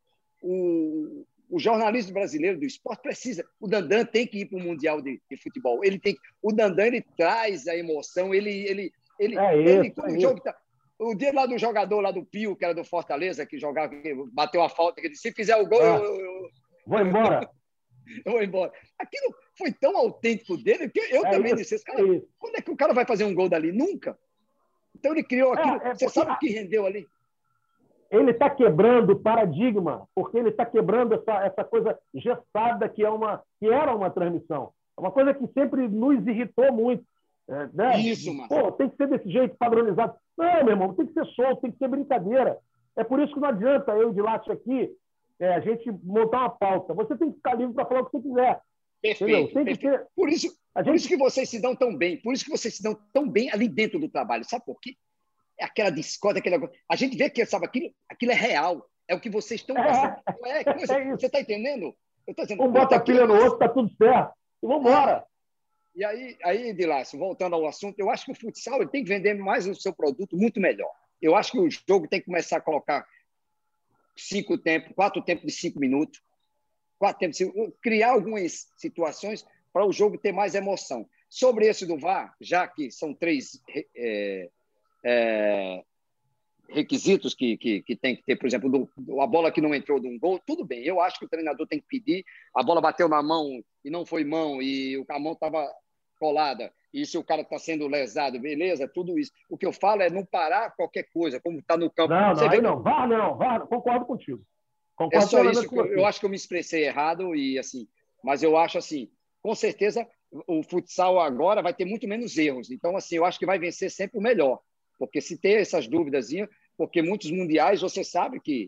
o, o jornalismo brasileiro do esporte precisa. O Dandan tem que ir para o Mundial de, de Futebol. Ele tem, o Dandan ele traz a emoção. Ele, ele, ele, é ele isso, quando é o jogo tá, o dia lá do jogador lá do Pio, que era do Fortaleza, que jogava, que bateu a falta, que disse: se fizer o gol, ah, eu, eu, vou embora. eu vou embora. Aquilo foi tão autêntico dele que eu é também isso, disse: esse cara, é quando é que o cara vai fazer um gol dali? Nunca. Então ele criou aquilo. É, é você sabe o que rendeu ali? Ele está quebrando o paradigma, porque ele está quebrando essa, essa coisa gessada que, é uma, que era uma transmissão. É uma coisa que sempre nos irritou muito. É, né? Isso, Marcelo. Pô, tem que ser desse jeito, padronizado. Não, meu irmão, tem que ser solto, tem que ser brincadeira. É por isso que não adianta eu e Dilatio aqui é, a gente montar uma pauta. Você tem que ficar livre para falar o que você quiser. Perfeito. Tem perfeito. Que ter... Por, isso, a gente... por isso que vocês se dão tão bem, por isso que vocês se dão tão bem ali dentro do trabalho. Sabe por quê? É aquela discórdia, aquela... a gente vê que sabe, aquilo, aquilo é real. É o que vocês estão passando. É, é, coisa... é você está entendendo? Eu tô dizendo, um bota a pilha no outro, está tudo certo. E vamos embora. É. E aí, aí, Dilácio, voltando ao assunto, eu acho que o futsal ele tem que vender mais o seu produto muito melhor. Eu acho que o jogo tem que começar a colocar cinco tempos, quatro tempos de cinco minutos, quatro tempos de cinco, criar algumas situações para o jogo ter mais emoção. Sobre esse do V A R, já que são três é, é, requisitos que, que, que tem que ter, por exemplo, do, a bola que não entrou de um gol, tudo bem. Eu acho que o treinador tem que pedir, a bola bateu na mão e não foi mão, e a mão estava colada, e se o cara está sendo lesado, beleza, tudo isso. O que eu falo é não parar qualquer coisa, como está no campo. Não, Você não, vê não, V A R não, V A R, concordo contigo. Concordo é só isso, que eu, eu acho que eu me expressei errado, e assim, mas eu acho assim, com certeza o futsal agora vai ter muito menos erros, então assim, eu acho que vai vencer sempre o melhor, porque se ter essas dúvidas, porque muitos mundiais, você sabe que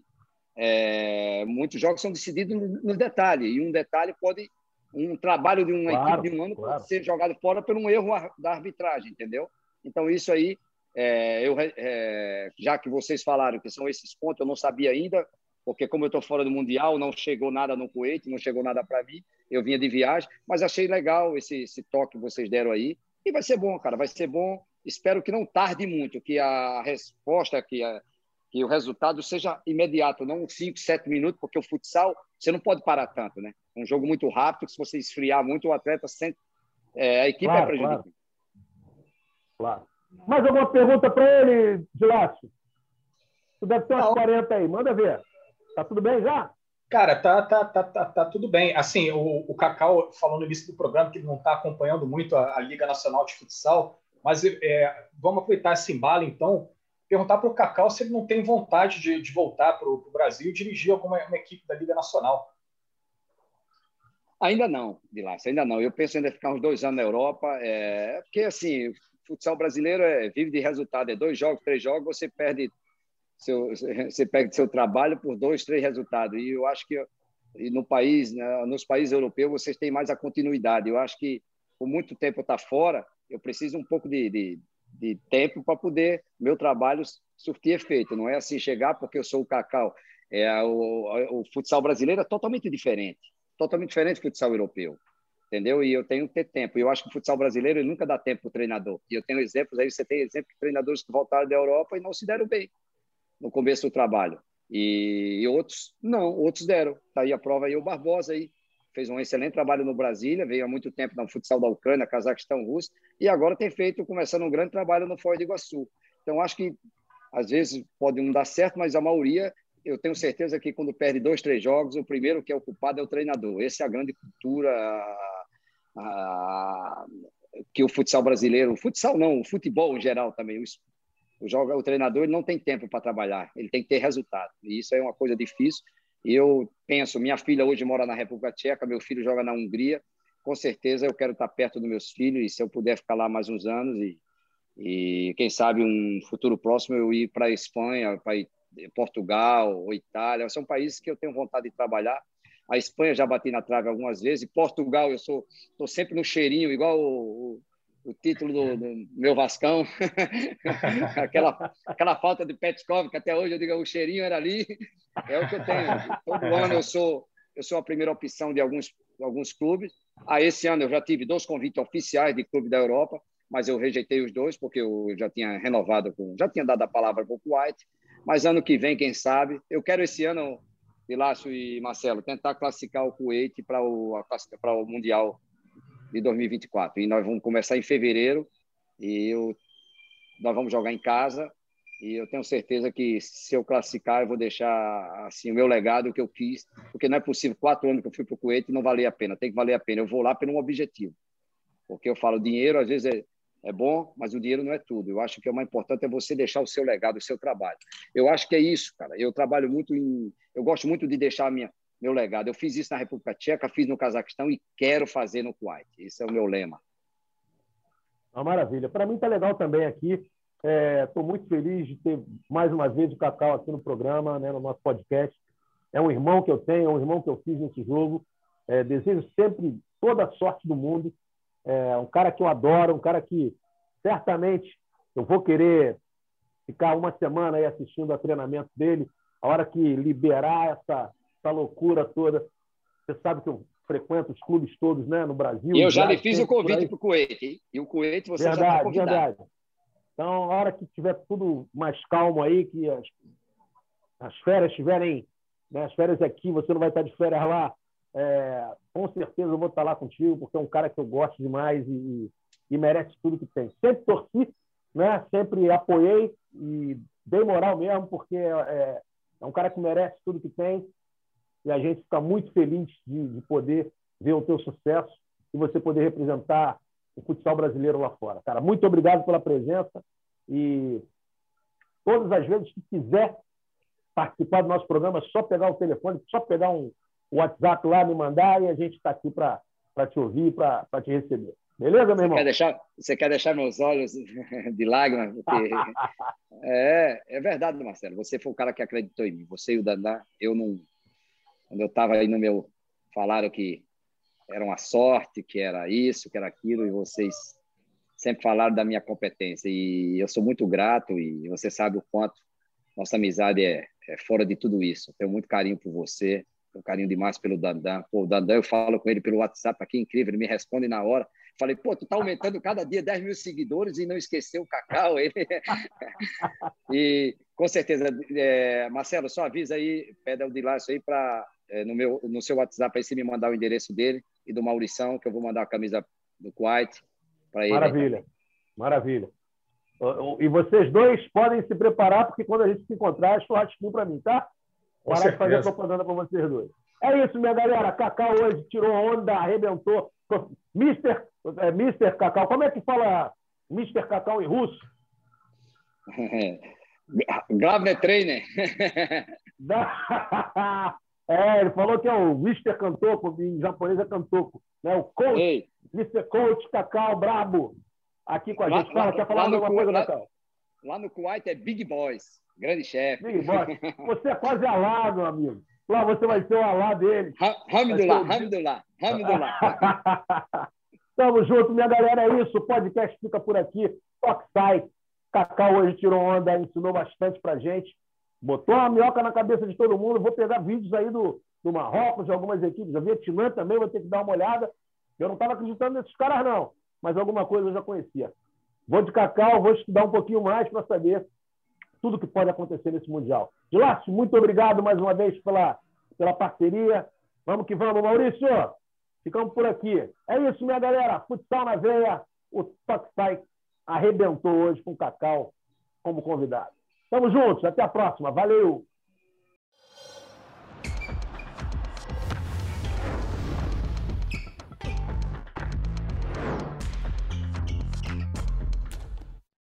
é, muitos jogos são decididos no, no detalhe, e um detalhe pode... Um trabalho de uma claro, equipe de um ano claro. pode ser jogado fora por um erro da arbitragem, entendeu? Então, isso aí, é, eu, é, já que vocês falaram que são esses pontos, eu não sabia ainda, porque como eu estou fora do Mundial, não chegou nada no Kuwait, não chegou nada para mim, eu vinha de viagem, mas achei legal esse, esse toque que vocês deram aí, e vai ser bom, cara, vai ser bom. Espero que não tarde muito, que a resposta, que, a, que o resultado seja imediato, não cinco, sete minutos, porque o futsal, você não pode parar tanto, né? É um jogo muito rápido, que se você esfriar muito, o atleta sente... É, a equipe claro, é prejudicada. Claro. claro. Mais alguma pergunta para ele, Dilácio? Tu deve ter umas não. quarenta aí. Manda ver. Tá tudo bem já? Cara, tá, tá, tá, tá, tá tudo bem. Assim, o, o Cacau falou no início do programa que ele não está acompanhando muito a, a Liga Nacional de Futsal, mas é, vamos aproveitar esse embalo, então, perguntar para o Cacau se ele não tem vontade de, de voltar para o Brasil e dirigir alguma uma equipe da Liga Nacional. Ainda não, Dilácio, ainda não. Eu penso ainda ficar uns dois anos na Europa, é... porque, assim, o futsal brasileiro é... vive de resultado, é dois jogos, três jogos, você perde seu, você perde seu trabalho por dois, três resultados. E eu acho que e no país, né, nos países europeus, vocês têm mais a continuidade. Eu acho que, por muito tempo estar fora, eu preciso um pouco de, de, de tempo para poder meu trabalho surtir efeito. Não é assim chegar porque eu sou o Cacau. É, o, o futsal brasileiro é totalmente diferente. Totalmente diferente do futsal europeu, entendeu? E eu tenho que ter tempo. E eu acho que o futsal brasileiro ele nunca dá tempo para o treinador. E eu tenho exemplos aí, você tem exemplos de treinadores que voltaram da Europa e não se deram bem no começo do trabalho. E, e outros, não, outros deram. Está aí a prova aí, o Barbosa aí, fez um excelente trabalho no Brasília, veio há muito tempo no futsal da Ucrânia, Cazaquistão, Rússia, e agora tem feito, começando um grande trabalho no Foz do Iguaçu. Então, acho que, às vezes, pode não dar certo, mas a maioria... Eu tenho certeza que quando perde dois, três jogos, o primeiro que é o culpado é o treinador. Essa é a grande cultura a, a, que o futsal brasileiro... O futsal não, o futebol em geral também. O, o, joga, o treinador ele não tem tempo para trabalhar, ele tem que ter resultado. E isso é uma coisa difícil. E eu penso, minha filha hoje mora na República Tcheca, meu filho joga na Hungria. Com certeza eu quero estar perto dos meus filhos e se eu puder ficar lá mais uns anos e, e quem sabe um futuro próximo eu ir para a Espanha, para Portugal ou Itália, são países que eu tenho vontade de trabalhar. A Espanha já bati na trave algumas vezes, e Portugal eu sou estou sempre no cheirinho, igual o, o, o título do, do meu Vascão, aquela, aquela falta de Petkovic, que até hoje eu digo o cheirinho era ali, é o que eu tenho. Todo ano eu sou, eu sou a primeira opção de alguns, alguns clubes. Ah, esse ano eu já tive dois convites oficiais de clube da Europa, mas eu rejeitei os dois, porque eu já tinha renovado, com, já tinha dado a palavra para o Kuwait. Mas ano que vem, quem sabe, eu quero esse ano Vilácio e Marcelo, tentar classificar o Kuwait para o, para o Mundial de dois mil e vinte e quatro. E nós vamos começar em fevereiro e eu, nós vamos jogar em casa e eu tenho certeza que se eu classificar eu vou deixar assim, o meu legado, o que eu quis, porque não é possível, quatro anos que eu fui para o Kuwait e não valer a pena, tem que valer a pena. Eu vou lá por um objetivo, porque eu falo, dinheiro às vezes é É bom, mas o dinheiro não é tudo. Eu acho que o mais importante é você deixar o seu legado, o seu trabalho. Eu acho que é isso, cara. Eu trabalho muito em... Eu gosto muito de deixar minha, meu legado. Eu fiz isso na República Tcheca, fiz no Cazaquistão e quero fazer no Kuwait. Esse é o meu lema. Uma maravilha. Para mim está legal também aqui. Estou é, muito feliz de ter mais uma vez o Cacau aqui no programa, né, no nosso podcast. É um irmão que eu tenho, é um irmão que eu fiz nesse jogo. É, desejo sempre toda a sorte do mundo. É um cara que eu adoro, um cara que certamente eu vou querer ficar uma semana aí assistindo a treinamento dele. A hora que liberar essa, essa loucura toda, você sabe que eu frequento os clubes todos, né, no Brasil. E eu já lhe fiz o convite para o Kuwait, hein? E o Kuwait você verdade, já está convidado. Verdade. Então, a hora que tiver tudo mais calmo aí, que as, as férias estiverem, né, as férias aqui, você não vai estar de férias lá, É, com certeza eu vou estar lá contigo, porque é um cara que eu gosto demais e, e merece tudo que tem. Sempre torci, né? Sempre apoiei e dei moral mesmo, porque é, é um cara que merece tudo que tem e a gente fica muito feliz de, de poder ver o teu sucesso e você poder representar o futsal brasileiro lá fora. Cara, muito obrigado pela presença e todas as vezes que quiser participar do nosso programa, é só pegar o telefone, só pegar um o WhatsApp lá, me mandar e a gente está aqui para te ouvir, para te receber. Beleza, meu você irmão? Quer deixar, você quer deixar meus olhos de lágrimas? Porque... é, é verdade, Marcelo. Você foi o cara que acreditou em mim. Você e o Dandá, eu não... Quando eu estava aí no meu... Falaram que era uma sorte, que era isso, que era aquilo, e vocês sempre falaram da minha competência. E eu sou muito grato e você sabe o quanto nossa amizade é, é fora de tudo isso. Eu tenho muito carinho por você. Um carinho demais pelo Dandan. Pô, o Dandan, eu falo com ele pelo WhatsApp aqui, incrível, ele me responde na hora. Falei, pô, tu tá aumentando cada dia dez mil seguidores e não esqueceu o Cacau. Ele... e, com certeza, é, Marcelo, só avisa aí, pede ao Vilácio aí para, é, no, meu, no seu WhatsApp, aí você me mandar o endereço dele e do Maurição, que eu vou mandar a camisa do Kuwait para ele. Maravilha, maravilha. E vocês dois podem se preparar, porque quando a gente se encontrar, é churrasquinho para mim, tá? Parar de fazer propaganda para vocês dois. É isso, minha galera. Cacau hoje tirou onda, arrebentou. Mister, é, Mister Cacau. Como é que fala Mister Cacau em russo? Glavne Trainer. É, ele falou que é o Mister Kantoko, em japonês é Kantoko. Né? O coach, Ei. Mister Coach Cacau, brabo. Aqui com a gente. Fala, lá, quer falar alguma coisa, lá, Cacau? Lá no Kuwait é Big Boys. Grande chefe. Big Boy. Você é quase Alá, meu amigo. Lá você vai ser o Alá dele. Hamdullah, Hamdullah, Hamdullah. Tamo junto, minha galera. É isso. O podcast fica por aqui. Toque sai. Cacau hoje tirou onda, ensinou bastante pra gente. Botou uma minhoca na cabeça de todo mundo. Vou pegar vídeos aí do, do Marrocos, de algumas equipes. Do Vietnã também, vou ter que dar uma olhada. Eu não estava acreditando nesses caras, não. Mas alguma coisa eu já conhecia. Vou de Cacau, vou estudar um pouquinho mais para saber tudo que pode acontecer nesse Mundial. Vilácio, muito obrigado mais uma vez pela, pela parceria. Vamos que vamos, Maurício. Ficamos por aqui. É isso, minha galera. Futsal na veia. O Toksai arrebentou hoje com o Cacau como convidado. Tamo juntos. Até a próxima. Valeu!